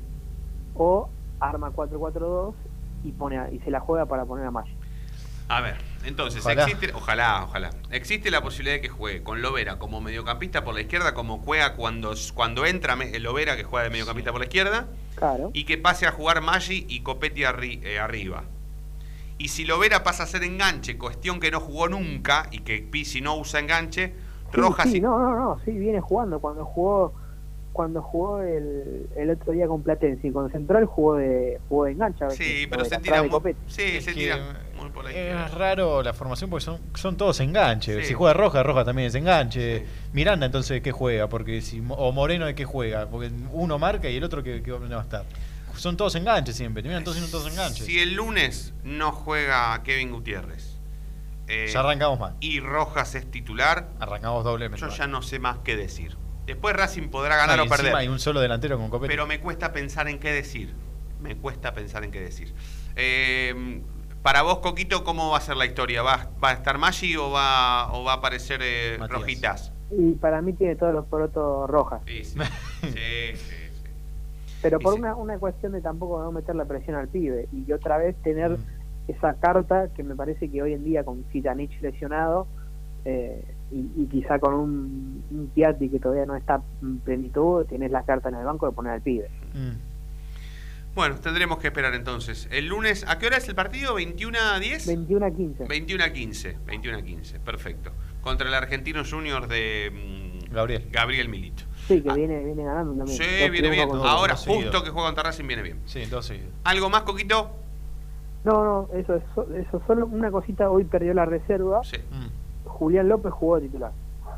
o arma cuatro cuatro dos y pone a- y se la juega para poner a Maggi. A ver, entonces, Ojalá. existe, ojalá, ojalá. Existe la posibilidad de que juegue con Lovera como mediocampista por la izquierda, como juega cuando, cuando entra me- Lovera, que juega de mediocampista por la izquierda, Claro. y que pase a jugar Maggi y Copetti arri- eh, arriba. Y si Lovera pasa a ser enganche, cuestión que no jugó nunca, y que Pizzi no usa enganche, Sí, Rojas sí, y... no, no, no, sí, viene jugando. Cuando jugó cuando jugó el, el otro día con Platense, con Central jugó de jugó de enganche. a veces, Sí, o pero de se atrás tira de muy, Copetti. sí, Es se que tira muy por la izquierda. Es raro la formación porque son, son todos enganches. Sí. Si juega Roja, Roja también es enganche. Miranda, entonces, ¿de qué juega? Porque si O Moreno, ¿de qué juega? Porque uno marca y el otro que, que va a estar. Son todos enganches siempre. Terminan todos siendo todos enganches. Si el lunes no juega Kevin Gutiérrez eh, Ya arrancamos mal. y Rojas es titular, Arrancamos doblemente yo mal. ya no sé más qué decir. Después Racing podrá ganar No, o y perder. encima hay un solo delantero con Copetti. Pero me cuesta pensar en qué decir. Me cuesta pensar en qué decir. Eh, para vos, Coquito, ¿cómo va a ser la historia? ¿Va, va a estar Maggi o va, o va a aparecer eh, Matías. Rojitas? Y para mí tiene todos los porotos rojas. Sí, sí. sí, sí, sí. Pero Y por sí. una, una cuestión de tampoco no meter la presión al pibe y otra vez tener esa carta que me parece que hoy en día con Zitanich lesionado eh, y, y quizá con un, un Piatti que todavía no está en plenitud, tienes la carta en el banco de poner al pibe. Mm. Bueno, tendremos que esperar entonces. El lunes, ¿a qué hora es el partido? ¿veintiuno a diez? veintiuno a quince. veintiuno a quince. veintiuno a quince, perfecto. Contra el Argentino Junior de mm, Gabriel. Gabriel Milito. Sí, que viene, viene ganando también. Sí, Dos viene triunfos bien. con- Ahora, dos justo seguidos. que juega contra Racing, viene bien. Sí, dos seguidos. ¿Algo más, Coquito? No, no, eso es so- eso solo una cosita, hoy perdió la reserva. Sí. Mm. Julián López jugó de titular.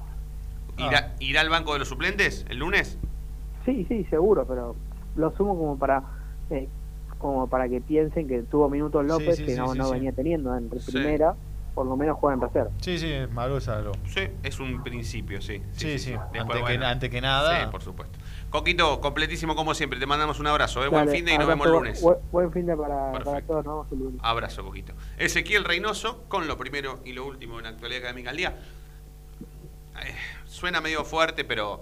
¿Irá, ¿Irá al banco de los suplentes el lunes? Sí, sí, seguro, pero lo sumo como para eh, como para que piensen que tuvo minutos López, sí, que sí, no, sí, no sí. venía teniendo en Sí. primera, por lo menos juega en reserva. Sí, sí, Marusa lo. Sí, es un principio, sí. Sí, sí. Después, Ante, que, bueno, ante que nada. Sí, por supuesto. Coquito, completísimo como siempre. Te mandamos un abrazo. ¿eh? Buen Dale, fin de y nos vemos abrazo, el lunes. bu- Buen fin de para, Perfecto. para todos, nos vemos el lunes. Abrazo, Coquito. Ezequiel Reynoso con lo primero y lo último en la actualidad académica al día. Eh, suena medio fuerte, pero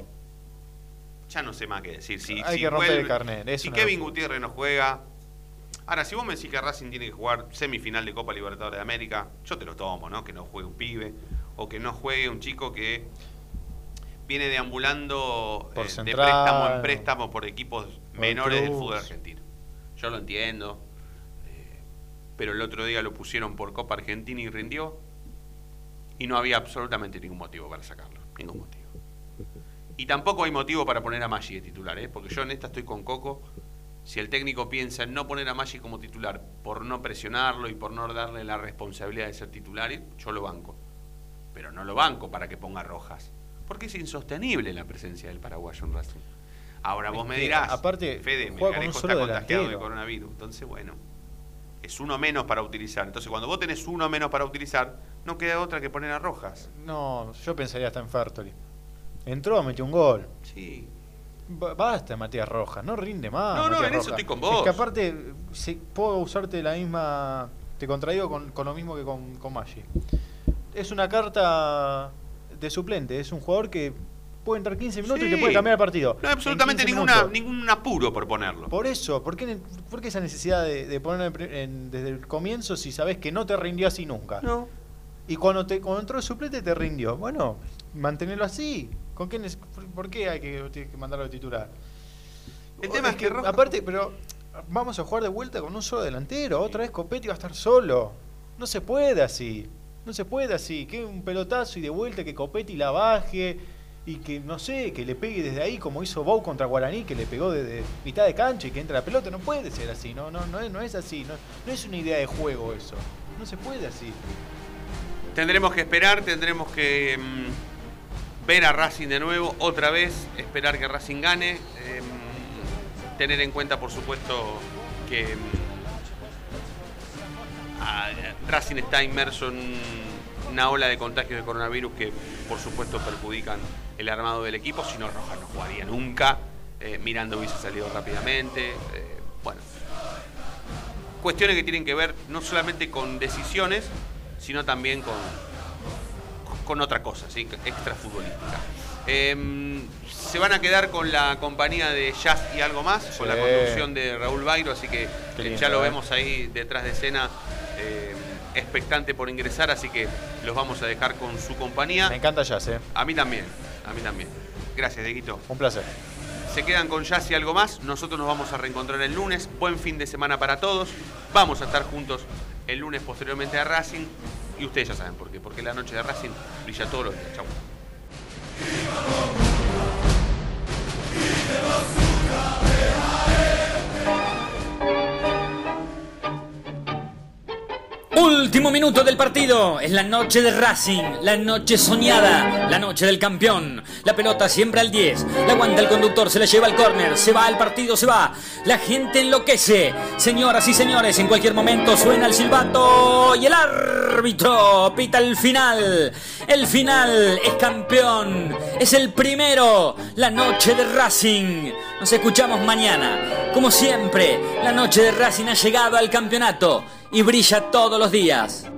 ya no sé más qué decir. Si, Hay si que romper vuelve- el carnet, es Si una Kevin locura. Gutiérrez no juega. Ahora, si vos me decís que Racing tiene que jugar semifinal de Copa Libertadores de América, yo te lo tomo, ¿no? Que no juegue un pibe o que no juegue un chico que viene deambulando Por eh, de Central, préstamo en préstamo por equipos por menores del Cruz. fútbol argentino. Yo lo entiendo, eh, pero el otro día lo pusieron por Copa Argentina y rindió y no había absolutamente ningún motivo para sacarlo, ningún motivo. Y tampoco hay motivo para poner a Maggi de titular, ¿eh? Porque yo en esta estoy con Coco. Si el técnico piensa en no poner a Maggi como titular por no presionarlo y por no darle la responsabilidad de ser titular, yo lo banco. Pero no lo banco para que ponga Rojas. Porque es insostenible la presencia del paraguayo en Racing. Ahora vos Es me que, dirás, aparte, Fede, juega con un Melgarejo solo está contagiado de delantero. coronavirus. Entonces, bueno, es uno menos para utilizar. Entonces, cuando vos tenés uno menos para utilizar, no queda otra que poner a Rojas. No, yo pensaría hasta en Fertoli. Entró, metió un gol. Sí. Basta, Matías Rojas, no rinde más. No, no, Matías en Rojas. eso estoy con vos. Es que aparte, si puedo usarte la misma. Te contradigo con, con lo mismo que con, con Maggi. Es una carta de suplente, es un jugador que puede entrar quince minutos Sí. y te puede cambiar el partido. No hay absolutamente ninguna, ningún apuro por ponerlo. Por eso, ¿por qué, por qué esa necesidad de, de ponerlo en, en, desde el comienzo si sabes que no te rindió así nunca? No. Y cuando, te, cuando entró el suplente te rindió. Bueno, mantenerlo así. ¿Con qué, ¿Por qué hay que, que mandarlo de titular? El tema es, es que, que Rojas... aparte, pero vamos a jugar de vuelta con un solo delantero. Otra vez Copetti va a estar solo. No se puede así. No se puede así. Que un pelotazo y de vuelta que Copetti la baje y que, no sé, que le pegue desde ahí como hizo Bou contra Guaraní, que le pegó desde mitad de cancha y que entra la pelota. No puede ser así. No, no, no, es, no es así. No, no es una idea de juego eso. No se puede así. Tendremos que esperar, tendremos que mmm, ver a Racing de nuevo, otra vez, esperar que Racing gane, eh, tener en cuenta, por supuesto, que mmm, Racing está inmerso en una ola de contagios de coronavirus que, por supuesto, perjudican el armado del equipo. Si no, Rojas no jugaría nunca, eh, Miranda hubiese salido rápidamente, eh, bueno. Cuestiones que tienen que ver no solamente con decisiones, sino también con, con otra cosa, ¿sí? Extrafutbolística. Eh, se van a quedar con la compañía de Jazz y algo más, sí. Con la conducción de Raúl Bairo, así que lindo, ya lo ¿eh? vemos ahí detrás de escena, eh, expectante por ingresar, así que los vamos a dejar con su compañía. Me encanta Jazz, ¿eh? A mí también, a mí también. Gracias, Dieguito. Un placer. Se quedan con Jazz y algo más. Nosotros nos vamos a reencontrar el lunes. Buen fin de semana para todos. Vamos a estar juntos el lunes posteriormente a Racing. Y ustedes ya saben por qué. Porque la noche de Racing brilla todos los días. Chau. Último minuto del partido. Es la noche de Racing, la noche soñada, la noche del campeón. La pelota siempre al diez. La aguanta el conductor, se la lleva al córner. Se va al partido, se va. La gente enloquece. Señoras y señores, en cualquier momento suena el silbato y el árbitro pita el final. El final es campeón. Es el primero. La noche de Racing. Nos escuchamos mañana. Como siempre, la noche de Racing ha llegado al campeonato y brilla todos los días.